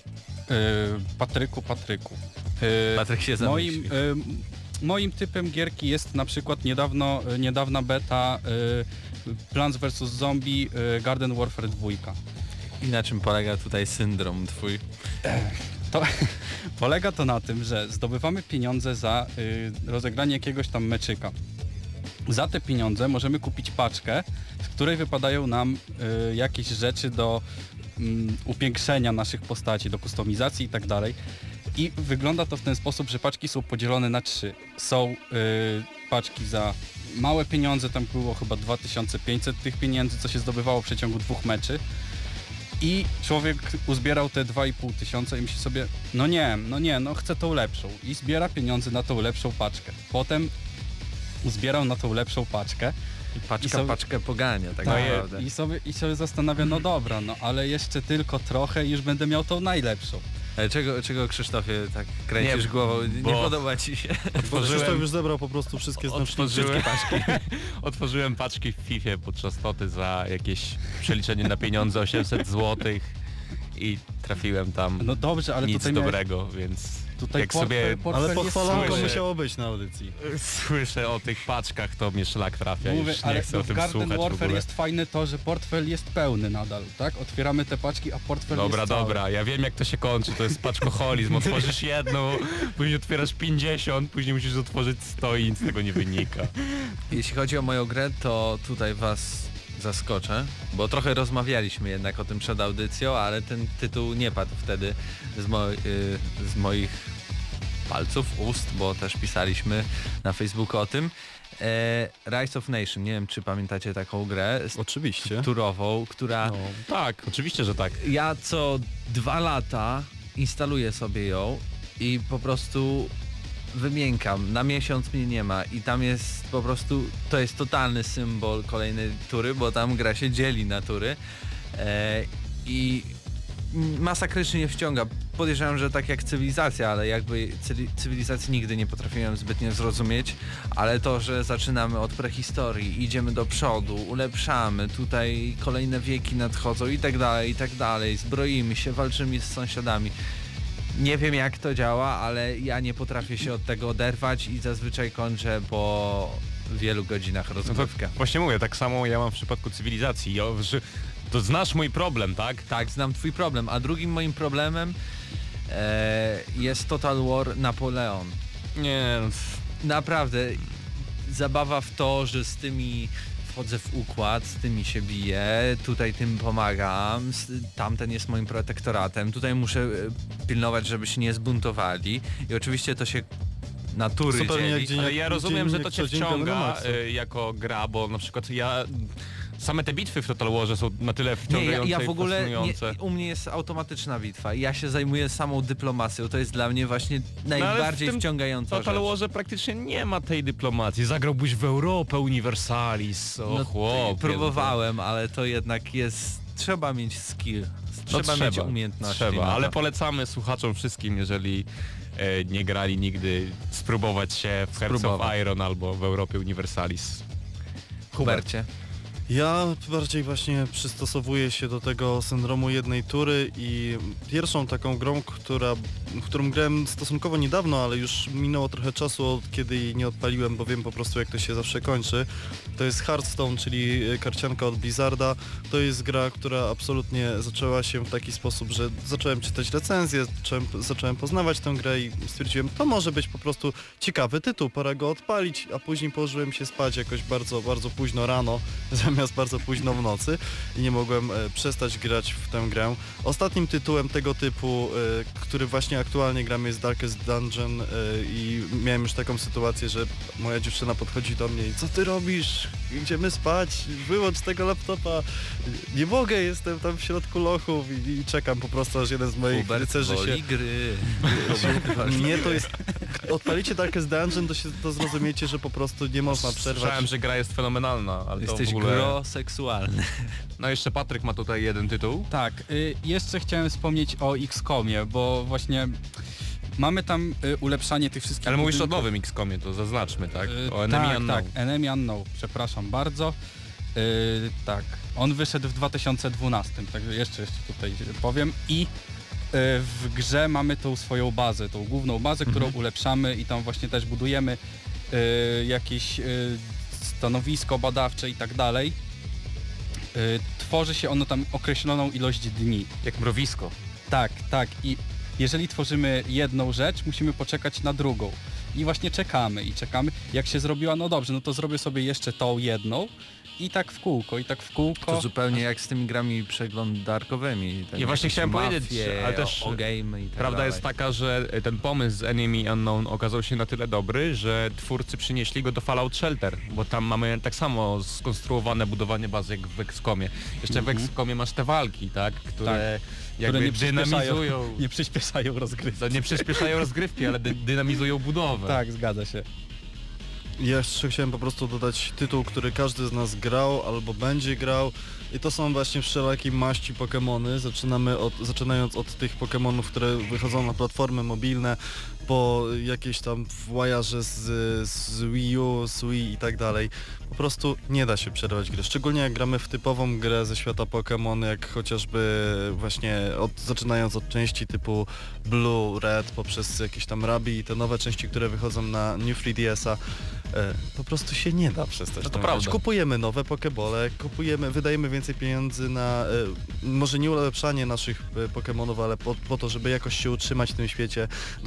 Patryku. Patryk się zamyślił. Moim typem gierki jest na przykład niedawna beta Plants vs. Zombie Garden Warfare 2. I na czym polega tutaj syndrom twój? To polega to na tym, że zdobywamy pieniądze za rozegranie jakiegoś tam meczyka. Za te pieniądze możemy kupić paczkę, z której wypadają nam jakieś rzeczy do upiększenia naszych postaci, do kustomizacji i tak dalej. I wygląda to w ten sposób, że paczki są podzielone na 3. Są paczki za małe pieniądze, tam było chyba 2500 tych pieniędzy, co się zdobywało w przeciągu 2 meczy. I człowiek uzbierał te 2500 i myśli sobie, no chcę tą lepszą. I zbiera pieniądze na tą lepszą paczkę. Potem uzbierał na tą lepszą paczkę. I paczkę pogania, tak naprawdę. I sobie zastanawia, no dobra, no ale jeszcze tylko trochę i już będę miał tą najlepszą. Ale czego Krzysztofie tak kręcisz głową? Nie podoba ci się? Krzysztof już zebrał po prostu wszystkie wszystkie paczki. Otworzyłem paczki w FIFA podczas toty za jakieś przeliczenie na pieniądze 800 zł i trafiłem tam no dobrze, ale nic tutaj dobrego, więc tutaj jak sobie... Ale pochwalonko musiało być na audycji. Słyszę o tych paczkach, to mnie szlak trafia. Mówię, już nie chcę o tym Garden słuchać Warfare w ogóle. jest fajne to, że portfel jest pełny nadal, tak? Otwieramy te paczki, a portfel jest cały. Dobra, ja wiem jak to się kończy, to jest paczkoholizm. Otworzysz jedną, później otwierasz 50, później musisz otworzyć 100 i nic z tego nie wynika. Jeśli chodzi o moją grę, to tutaj was zaskoczę, bo trochę rozmawialiśmy jednak o tym przed audycją, ale ten tytuł nie padł wtedy z moich palców, ust, bo też pisaliśmy na Facebooku o tym. Rise of Nation, nie wiem czy pamiętacie taką grę. Oczywiście. Turową, która... No, tak, oczywiście, że tak. Ja co 2 lata instaluję sobie ją i po prostu wymiękam, na miesiąc mnie nie ma i tam jest po prostu, to jest totalny symbol kolejnej tury, bo tam gra się dzieli na tury i masakrycznie wciąga. Podejrzewam, że tak jak Cywilizacja, ale jakby Cywilizacji nigdy nie potrafiłem zbytnio zrozumieć, ale to, że zaczynamy od prehistorii, idziemy do przodu, ulepszamy, tutaj kolejne wieki nadchodzą i tak dalej, zbroimy się, walczymy z sąsiadami. Nie wiem jak to działa, ale ja nie potrafię się od tego oderwać i zazwyczaj kończę po wielu godzinach rozgrywkę. No właśnie mówię, tak samo ja mam w przypadku Cywilizacji. To znasz mój problem, tak? Tak, znam twój problem, a drugim moim problemem jest Total War Napoleon. Nie, naprawdę, zabawa w to, że z tymi wchodzę w układ, z tymi się biję, tutaj tym pomagam, tamten jest moim protektoratem, tutaj muszę pilnować, żeby się nie zbuntowali i oczywiście to się natury dzieli. Ale ja rozumiem, że to cię wciąga jako gra, bo na przykład same te bitwy w Total Warze są na tyle wciągające ja w ogóle i fascynujące. u mnie jest automatyczna bitwa. Ja się zajmuję samą dyplomacją. To jest dla mnie właśnie najbardziej wciągająca rzecz. W Total Warze praktycznie nie ma tej dyplomacji. Zagrałbyś w Europę Universalis. Próbowałem, ale to jednak jest... Trzeba mieć skill. Trzeba mieć umiejętności. Ale polecamy słuchaczom wszystkim, jeżeli nie grali nigdy, spróbować się w Hearts of Iron albo w Europie Universalis. Hubercie. Ja bardziej właśnie przystosowuję się do tego syndromu jednej tury i pierwszą taką grą, którą grałem stosunkowo niedawno, ale już minęło trochę czasu od kiedy jej nie odpaliłem, bo wiem po prostu jak to się zawsze kończy. To jest Hearthstone, czyli karcianka od Blizzarda. To jest gra, która absolutnie zaczęła się w taki sposób, że zacząłem czytać recenzje, zacząłem poznawać tę grę i stwierdziłem, to może być po prostu ciekawy tytuł, pora go odpalić, a później położyłem się spać jakoś bardzo, bardzo późno rano, zamiast bardzo późno w nocy i nie mogłem przestać grać w tę grę. Ostatnim tytułem tego typu, który właśnie aktualnie gram, jest Darkest Dungeon i miałem już taką sytuację, że moja dziewczyna podchodzi do mnie i co ty robisz? Idziemy spać? Wyłącz tego laptopa. Nie mogę, jestem tam w środku lochów i czekam po prostu, aż jeden z moich rycerzy się... gry. Nie, to jest... Odpalicie Darkest Dungeon, to zrozumiecie, że po prostu nie można przerwać. Słyszałem, że gra jest fenomenalna, ale jesteś to w ogóle... seksualny. No jeszcze Patryk ma tutaj jeden tytuł. Tak, jeszcze chciałem wspomnieć o XCOMie, bo właśnie mamy tam ulepszanie tych wszystkich... Ale mówisz o budynków. nowym XCOMie, to zaznaczmy, tak? O Enemy Unknown. Tak, Enemy Unknown, przepraszam bardzo. Tak, on wyszedł w 2012, także jeszcze tutaj powiem i w grze mamy tą swoją bazę, tą główną bazę, którą ulepszamy i tam właśnie też budujemy jakieś stanowisko badawcze i tak dalej. Tworzy się ono tam określoną ilość dni. Jak mrowisko. Tak, i jeżeli tworzymy jedną rzecz, musimy poczekać na drugą. I właśnie czekamy. Jak się zrobiła, no dobrze, no to zrobię sobie jeszcze tą jedną i tak w kółko. To zupełnie jak z tymi grami przeglądarkowymi. Ja właśnie chciałem powiedzieć, ale też game i tak prawda dalej. jest taka, że ten pomysł z Enemy Unknown okazał się na tyle dobry, że twórcy przynieśli go do Fallout Shelter, bo tam mamy tak samo skonstruowane budowanie bazy jak w XCOMie. Jeszcze w XCOmie masz te walki, tak? Które jakby nie dynamizują... Nie przyspieszają rozgrywki. Nie przyspieszają rozgrywki, ale dynamizują budowę. Tak, zgadza się. Ja jeszcze chciałem po prostu dodać tytuł, który każdy z nas grał albo będzie grał i to są właśnie wszelakiej maści Pokemony. Zaczynając od tych Pokemonów, które wychodzą na platformy mobilne, po jakieś tam włajarze z Wii U, z Wii i tak dalej. Po prostu nie da się przerwać gry. Szczególnie jak gramy w typową grę ze świata Pokémon, jak chociażby właśnie zaczynając od części typu Blue, Red, poprzez jakieś tam Ruby i te nowe części, które wychodzą na New 3DS-a. Po prostu się nie da przestać. No to prawda. Kupujemy nowe Pokebole, wydajemy więcej pieniędzy na może nie ulepszanie naszych Pokemonów, ale po to, żeby jakoś się utrzymać w tym świecie. Dostajemy w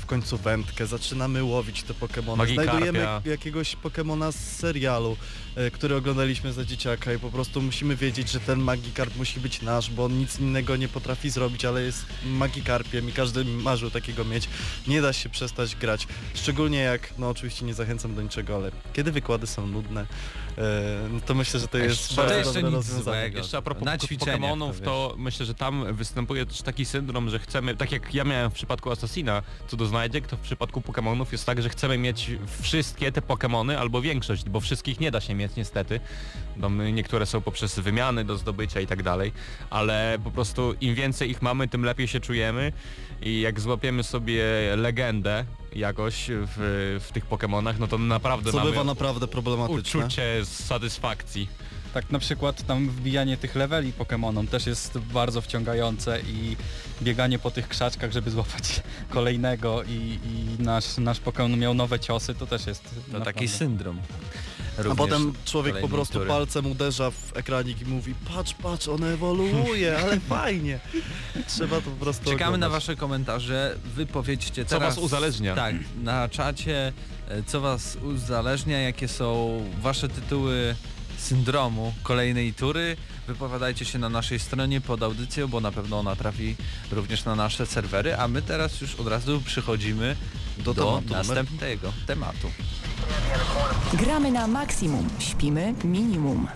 końcu wędkę, zaczynamy łowić te Pokemony, Magikarpia. znajdujemy jakiegoś Pokemona z serialu, który oglądaliśmy za dzieciaka i po prostu musimy wiedzieć, że ten Magikarp musi być nasz, bo on nic innego nie potrafi zrobić, ale jest Magikarpiem i każdy marzył takiego mieć. Nie da się przestać grać, szczególnie jak, no oczywiście nie zachęcam do niczego, ale kiedy wykłady są nudne, to myślę, że to jest bardzo dobre rozwiązanie. Jeszcze a propos Na ćwiczeniach, Pokemonów, to myślę, że tam występuje też taki syndrom, że chcemy, tak jak ja miałem w przypadku Assassina co do znajdziek, to w przypadku Pokemonów jest tak, że chcemy mieć wszystkie te Pokemony albo większość, bo wszystkich nie da się mieć niestety. No, niektóre są poprzez wymiany do zdobycia i tak dalej, ale po prostu im więcej ich mamy, tym lepiej się czujemy i jak złapiemy sobie legendę jakoś w tych Pokemonach, no to naprawdę Co mamy bywa naprawdę problematyczne. uczucie satysfakcji. Tak na przykład tam wbijanie tych leveli Pokemonom też jest bardzo wciągające i bieganie po tych krzaczkach, żeby złapać kolejnego i nasz Pokemon miał nowe ciosy, to też jest To naprawdę... taki syndrom. A Również potem człowiek po kolejnej prostu tury. palcem uderza w ekranik i mówi patrz, on ewoluuje, ale fajnie. Trzeba to po prostu Czekamy na oglądać. wasze komentarze, wy powiedzcie Co teraz... was uzależnia? Tak, na czacie, co was uzależnia, jakie są wasze tytuły syndromu kolejnej tury. Wypowiadajcie się na naszej stronie pod audycją, bo na pewno ona trafi również na nasze serwery, a my teraz już od razu przychodzimy do tematu następnego tematu. Gramy na maksimum, śpimy minimum.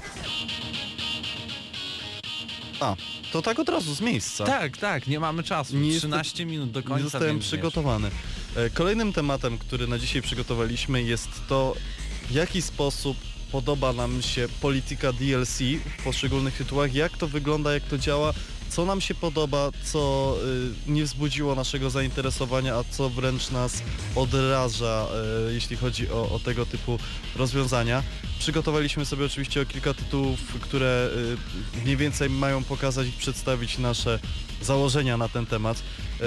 A, to tak od razu z miejsca. Tak, nie mamy czasu. Nie 13 minut do końca. Nie zostałem więc wiesz. przygotowany. Kolejnym tematem, który na dzisiaj przygotowaliśmy, jest to, w jaki sposób podoba nam się polityka DLC w poszczególnych tytułach, jak to wygląda, jak to działa, co nam się podoba, co nie wzbudziło naszego zainteresowania, a co wręcz nas odraża, jeśli chodzi o tego typu rozwiązania. Przygotowaliśmy sobie oczywiście kilka tytułów, które mniej więcej mają pokazać i przedstawić nasze założenia na ten temat.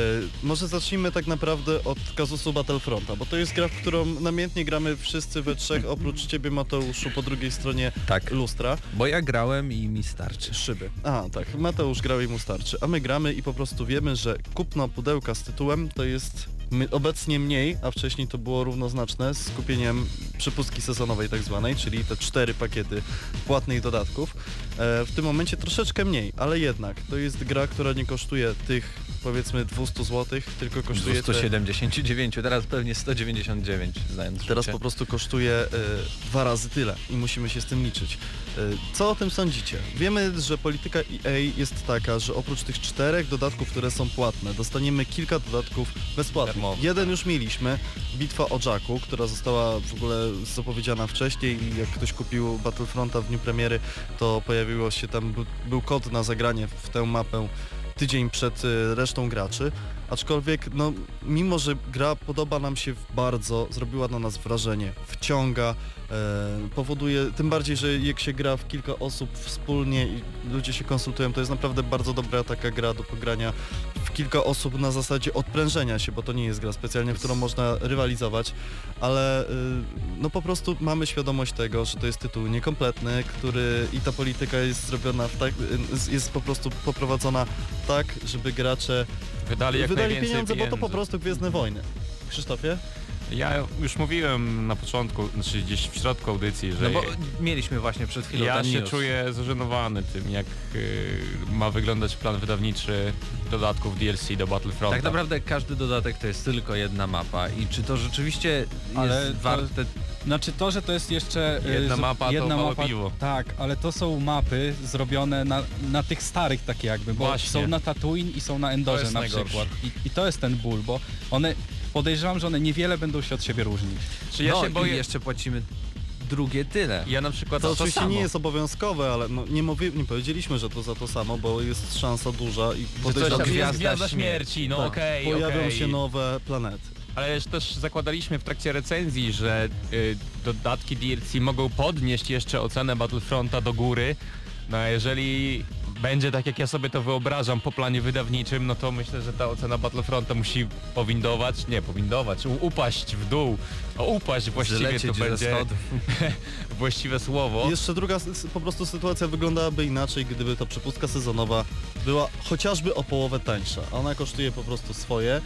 Może zacznijmy tak naprawdę od kazusu Battlefronta, bo to jest gra, w którą namiętnie gramy wszyscy we trzech, oprócz ciebie, Mateuszu, po drugiej stronie Tak. lustra. Bo ja grałem i mi starczy. Szyby. A, tak. Mateusz grał i mu starczy. A my gramy i po prostu wiemy, że kupno pudełka z tytułem to jest obecnie mniej, a wcześniej to było równoznaczne z kupieniem przepustki sezonowej tak zwanej, czyli te 4 pakiety płatnych dodatków. W tym momencie troszeczkę mniej, ale jednak to jest gra, która nie kosztuje tych powiedzmy 200 zł, tylko kosztuje 179, teraz pewnie 199, znając Teraz życie. po prostu kosztuje 2 razy tyle i musimy się z tym liczyć. Co o tym sądzicie? Wiemy, że polityka EA jest taka, że oprócz tych 4 dodatków, które są płatne, dostaniemy kilka dodatków bezpłatnych. Darmowych, Jeden już mieliśmy, Bitwa o Jacku, która została w ogóle zapowiedziana wcześniej i jak ktoś kupił Battlefronta w dniu premiery, to pojawiło się tam, był kod na zagranie w tę mapę tydzień przed resztą graczy, aczkolwiek no mimo, że gra podoba nam się bardzo, zrobiła na nas wrażenie, wciąga, powoduje, tym bardziej, że jak się gra w kilka osób wspólnie i ludzie się konsultują, to jest naprawdę bardzo dobra taka gra do pogrania w kilka osób na zasadzie odprężenia się, bo to nie jest gra specjalnie, w którą można rywalizować, ale no po prostu mamy świadomość tego, że to jest tytuł niekompletny, który i ta polityka jest zrobiona jest po prostu poprowadzona tak, żeby gracze Wydali jak najwięcej pieniądze, bo to po pieniędzy. prostu Gwiezdne Wojny. Krzysztofie? Ja już mówiłem na początku, znaczy gdzieś w środku audycji, że No bo mieliśmy właśnie przed chwilą ja ten się news. czuję zażenowany tym, jak ma wyglądać plan wydawniczy dodatków DLC do Battlefronta. Tak naprawdę każdy dodatek to jest tylko jedna mapa i czy to rzeczywiście jest Ale to- warte... Znaczy to, że to jest jeszcze Jedna mapa to małe piwo. Tak, ale to są mapy zrobione na tych starych takie jakby, bo Właśnie. są na Tatooine i są na To Endorze jest na najgorsze. przykład. I to jest ten ból, bo one podejrzewam, że one niewiele będą się od siebie różnić. Czy ja no się boję... i jeszcze płacimy drugie tyle. Ja na przykład To to oczywiście samo. nie jest obowiązkowe, ale no, nie powiedzieliśmy, że to za to samo, bo jest szansa duża i Coś podejrzewam, tam że jest Gwiazda Gwiazda Śmierci, no tak, okej, pojawią okej. się nowe planety. Ale też zakładaliśmy w trakcie recenzji, że dodatki DLC mogą podnieść jeszcze ocenę Battlefronta do góry. No a jeżeli będzie tak jak ja sobie to wyobrażam po planie wydawniczym, no to myślę, że ta ocena Battlefronta musi upaść w dół. Upaść właściwie Zlecieć to będzie właściwe słowo. Jeszcze druga po prostu sytuacja wyglądałaby inaczej, gdyby ta przepustka sezonowa była chociażby o połowę tańsza. Ona kosztuje po prostu swoje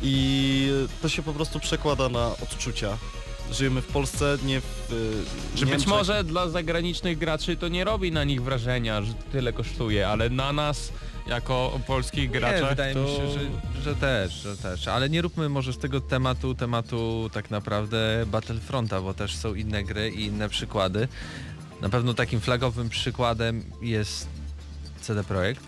i to się po prostu przekłada na odczucia. Żyjemy w Polsce, nie w Że być Niemczech. może dla zagranicznych graczy to nie robi na nich wrażenia, że tyle kosztuje, ale na nas jako polskich graczach wydaje to... mi się, że też. Ale nie róbmy może z tego tematu tak naprawdę Battlefronta, bo też są inne gry i inne przykłady. Na pewno takim flagowym przykładem jest CD Projekt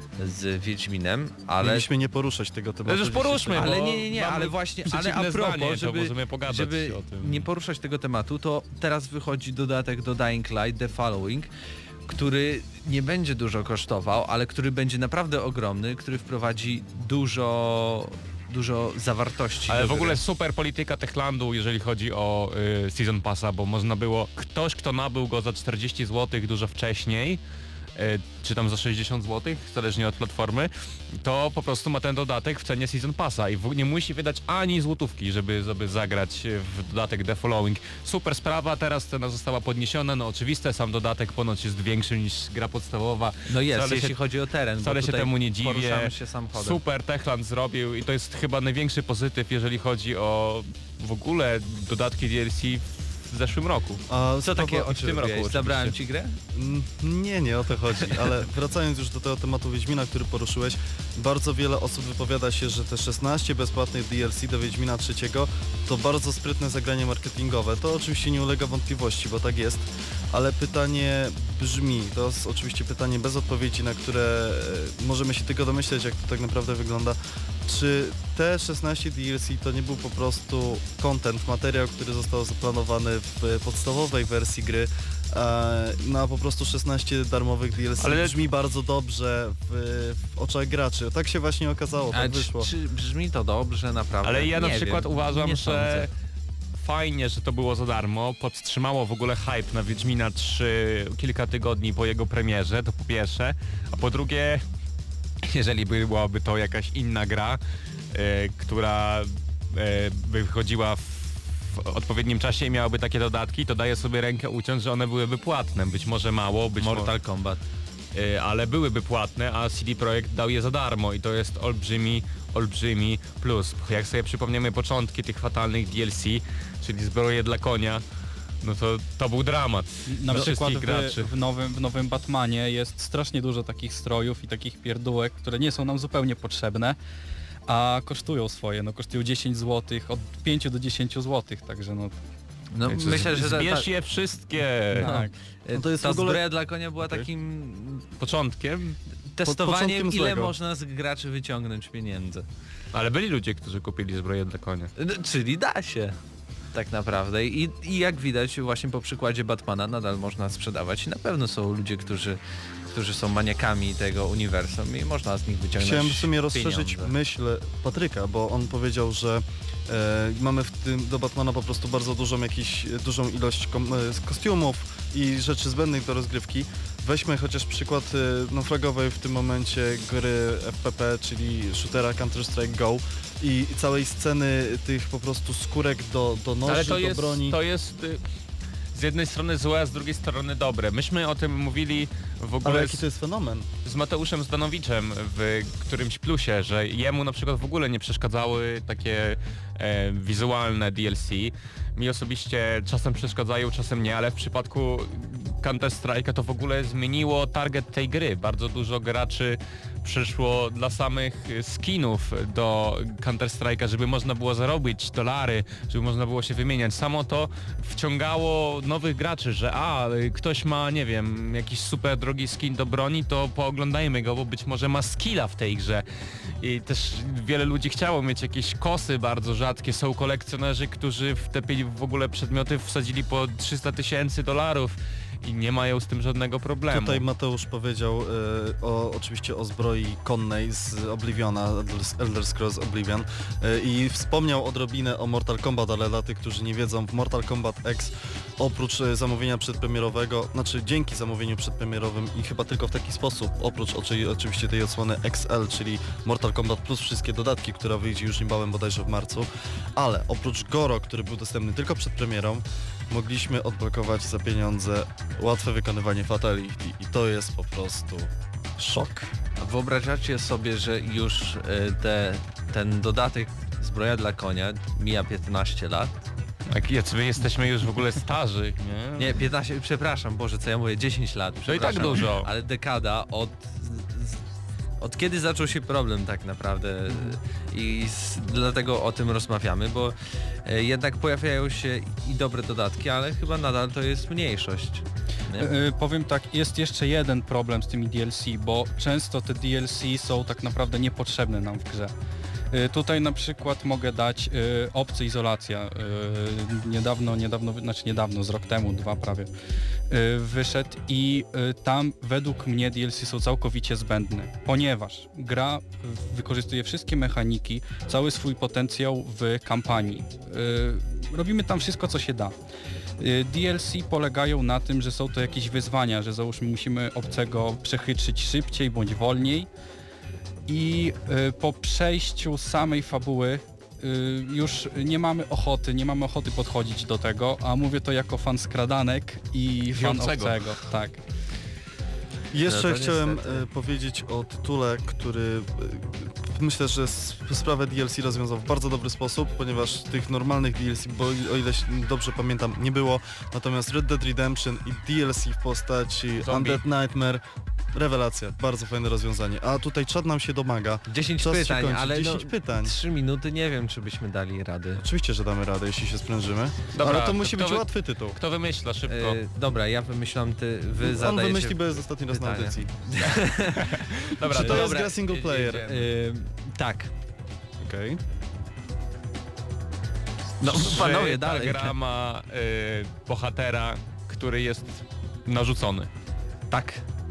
z Wiedźminem, ale... Mieliśmy nie poruszać tego tematu. Już poruszmy, Ale bo nie, ale właśnie, ale przeciwne a propos, zdanie, to możemy pogadać żeby o tym. nie poruszać tego tematu, to teraz wychodzi dodatek do Dying Light, The Following, który nie będzie dużo kosztował, ale który będzie naprawdę ogromny, który wprowadzi dużo zawartości. Ale do w ogóle gry. super polityka Techlandu, jeżeli chodzi o Season Passa, bo można było, ktoś kto nabył go za 40 zł dużo wcześniej, czy tam za 60 zł, zależnie od platformy, to po prostu ma ten dodatek w cenie Season Passa i nie musi wydać ani złotówki, żeby zagrać w dodatek The Following. Super sprawa, teraz cena została podniesiona, no oczywiste, sam dodatek ponoć jest większy niż gra podstawowa. No jest, Wcale jeśli się- chodzi o teren, Wcale bo się tutaj temu nie dziwię. poruszamy się samochodem. Super Techland zrobił i to jest chyba największy pozytyw, jeżeli chodzi o w ogóle dodatki DLC w zeszłym roku. A Co takie w tym roku oczywiście. Zabrałem ci grę? Nie o to chodzi, ale wracając już do tego tematu Wiedźmina, który poruszyłeś, bardzo wiele osób wypowiada się, że te 16 bezpłatnych DLC do Wiedźmina III to bardzo sprytne zagranie marketingowe. To oczywiście nie ulega wątpliwości, bo tak jest, ale pytanie brzmi, to jest oczywiście pytanie bez odpowiedzi, na które możemy się tylko domyśleć, jak to tak naprawdę wygląda. Czy te 16 DLC to nie był po prostu content, materiał, który został zaplanowany w podstawowej wersji gry, no a po prostu 16 darmowych DLC Ale- brzmi bardzo dobrze w oczach graczy. Tak się właśnie okazało, Ale tak wyszło. czy brzmi to dobrze, naprawdę? Ale ja na Nie przykład wiem, uważam, nie że sądzę. fajnie, że to było za darmo, podtrzymało w ogóle hype na Wiedźmina 3 kilka tygodni po jego premierze, to po pierwsze, a po drugie, jeżeli byłaby to jakaś inna gra, która by wychodziła w odpowiednim czasie i miałaby takie dodatki, to daję sobie rękę uciąć, że one byłyby płatne, być może mało, być może... Mortal Kombat. ale byłyby płatne, a CD Projekt dał je za darmo i to jest olbrzymi plus. Jak sobie przypomniemy początki tych fatalnych DLC, czyli Zbroje dla konia, no to był dramat Na dla przykład wszystkich graczy. w nowym Batmanie jest strasznie dużo takich strojów i takich pierdółek, które nie są nam zupełnie potrzebne, a kosztują swoje, no kosztują 10 zł, od 5 do 10 zł, także no No, Więc myślę, że zbierz je wszystkie. tak. No to jest ta w ogóle- zbroja dla konia była takim Początkiem, testowaniem, początkiem ile złego. można z graczy wyciągnąć pieniędzy. ale byli ludzie, którzy kupili Zbroje dla konia. Czyli da się. Tak naprawdę. I jak widać właśnie po przykładzie Batmana nadal można sprzedawać i na pewno są ludzie, którzy są maniakami tego uniwersum i można z nich wyciągnąć Chciałem w sumie rozszerzyć pieniądze. myśl Patryka, bo on powiedział, że mamy w tym do Batmana po prostu bardzo dużą ilość kostiumów i rzeczy zbędnych do rozgrywki. Weźmy chociaż przykład flagowej w tym momencie gry FPP, czyli shootera Counter-Strike Go i całej sceny tych po prostu skórek do noży, Ale do broni. to jest z jednej strony złe, a z drugiej strony dobre. Myśmy o tym mówili w ogóle Ale jaki to jest fenomen? z Mateuszem Zdanowiczem w którymś plusie, że jemu na przykład w ogóle nie przeszkadzały takie wizualne DLC. Mi osobiście czasem przeszkadzają, czasem nie, ale w przypadku Counter-Strike'a to w ogóle zmieniło target tej gry. Bardzo dużo graczy przyszło dla samych skinów do Counter-Strike'a, żeby można było zarobić dolary, żeby można było się wymieniać. Samo to wciągało nowych graczy, że ktoś ma, nie wiem, jakiś super drogi skin do broni, to pooglądajmy go, bo być może ma skilla w tej grze. I też wiele ludzi chciało mieć jakieś kosy bardzo rzadkie. Są kolekcjonerzy, którzy w te w ogóle przedmioty wsadzili po $300 000 i nie mają z tym żadnego problemu. Tutaj Mateusz powiedział oczywiście o zbroi konnej z Obliviona, Elder Scrolls Oblivion i wspomniał odrobinę o Mortal Kombat, ale dla tych, którzy nie wiedzą, w Mortal Kombat X oprócz zamówienia przedpremierowego, znaczy dzięki zamówieniu przedpremierowym i chyba tylko w taki sposób, oprócz oczywiście tej odsłony XL, czyli Mortal Kombat plus wszystkie dodatki, która wyjdzie już niebawem bodajże w marcu, ale oprócz Goro, który był dostępny tylko przed premierą, mogliśmy odblokować za pieniądze łatwe wykonywanie fatality i to jest po prostu szok. Wyobrażacie sobie, że już ten dodatek Zbroja dla konia mija 15 lat? Tak, my jesteśmy już w ogóle starzy, nie? Nie, 15, przepraszam, Boże, co ja mówię, 10 lat. To i tak dużo. Ale dekada od kiedy zaczął się problem tak naprawdę i dlatego o tym rozmawiamy, bo jednak pojawiają się i dobre dodatki, ale chyba nadal to jest mniejszość. Powiem tak, jest jeszcze jeden problem z tymi DLC, bo często te DLC są tak naprawdę niepotrzebne nam w grze. Tutaj na przykład mogę dać opcję izolacja. Niedawno, z rok temu, 2 prawie, wyszedł i tam według mnie DLC są całkowicie zbędne, ponieważ gra wykorzystuje wszystkie mechaniki, cały swój potencjał w kampanii. Robimy tam wszystko, co się da. DLC polegają na tym, że są to jakieś wyzwania, że załóżmy musimy obcego przechytrzyć szybciej bądź wolniej i po przejściu samej fabuły już nie mamy ochoty podchodzić do tego, a mówię to jako fan skradanek i fan obcego. Tak. Jeszcze chciałem powiedzieć o tytule, który myślę, że sprawę DLC rozwiązał w bardzo dobry sposób, ponieważ tych normalnych DLC, bo o ile dobrze pamiętam, nie było, natomiast Red Dead Redemption i DLC w postaci Zombie. Undead Nightmare, rewelacja, bardzo fajne rozwiązanie. A tutaj czat nam się domaga. 10 Czas się pytań, kończy. ale 10 pytań. 3 minuty nie wiem, czy byśmy dali rady. Oczywiście, że damy radę, jeśli się sprężymy. Dobra, ale to musi być łatwy tytuł. Kto wymyśla szybko? Dobra, ja wymyślam, wy zadajecie. On wymyśli, bo jest ostatni raz na pytania. audycji. Dobra, Czy to jest dobra, gra single player? Tak. Okej. No Czy panowie, ta dalej. gra ma bohatera, który jest narzucony? Tak.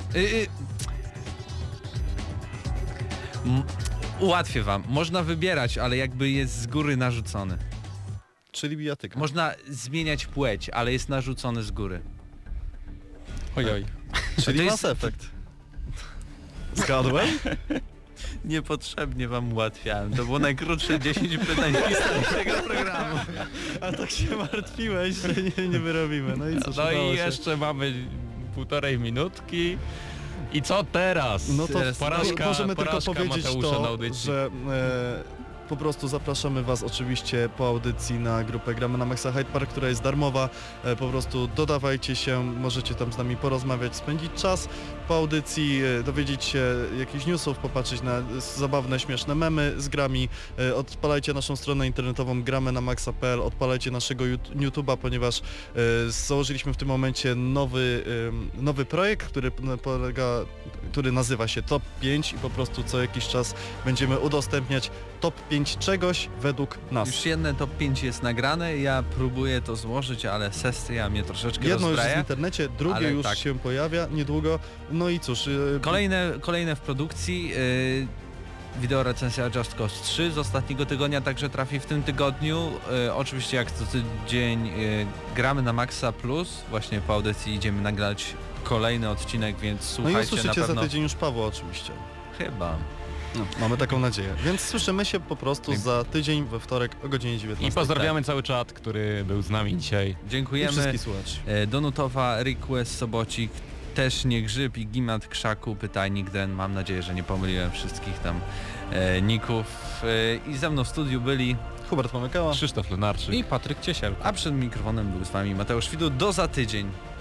Ułatwię wam. Można wybierać, ale jakby jest z góry narzucony. Czyli bijatyka. Można zmieniać płeć, ale jest narzucony z góry. Ojoj. Czyli To Mass jest- Effect. Zgadłem? Niepotrzebnie wam ułatwiałem. To było najkrótsze 10 pytań w historii tego programu. A tak się martwiłeś, że nie wyrobimy. No i cóż, No udało i się. jeszcze mamy 1,5 minutki. I co teraz? No to możemy tylko porażka powiedzieć Mateusza na to, audycji. że po prostu zapraszamy Was oczywiście po audycji na grupę Gramy na Maxa Hyde Park, która jest darmowa. Po prostu dodawajcie się, możecie tam z nami porozmawiać, spędzić czas po audycji, dowiedzieć się jakichś newsów, popatrzeć na zabawne, śmieszne memy z grami. Odpalajcie naszą stronę internetową gramy na maxa.pl, odpalajcie naszego YouTube'a, ponieważ założyliśmy w tym momencie nowy projekt, który nazywa się Top 5 i po prostu co jakiś czas będziemy udostępniać Top 5 czegoś według nas. Już jedne top 5 jest nagrane, ja próbuję to złożyć, ale sesja mnie troszeczkę Jedno już jest w rozbraja. internecie, drugie ale już tak. się pojawia niedługo. No i cóż... Kolejne w produkcji. Wideo recenzja Just Cause 3 z ostatniego tygodnia także trafi w tym tygodniu. Oczywiście jak co tydzień gramy na Maxa Plus. Właśnie po audycji idziemy nagrać kolejny odcinek, więc No i słuchajcie, usłyszycie na pewno... za tydzień już Pawła oczywiście. Chyba. No, mamy taką nadzieję. Więc słyszymy się po prostu za tydzień we wtorek o godzinie 19. I pozdrawiamy cały czat, który był z nami dzisiaj. I Dziękujemy. wszystkich słuchaczy. Donutowa, Request, Sobocik, też nie grzyb i Gimat Krzaku, pytajnik Den. Mam nadzieję, że nie pomyliłem wszystkich tam ników. I ze mną w studiu byli Hubert Pomykała. Krzysztof Lenarczyk. I Patryk Ciesielko. a przed mikrofonem był z wami Mateusz Widut. Do za tydzień.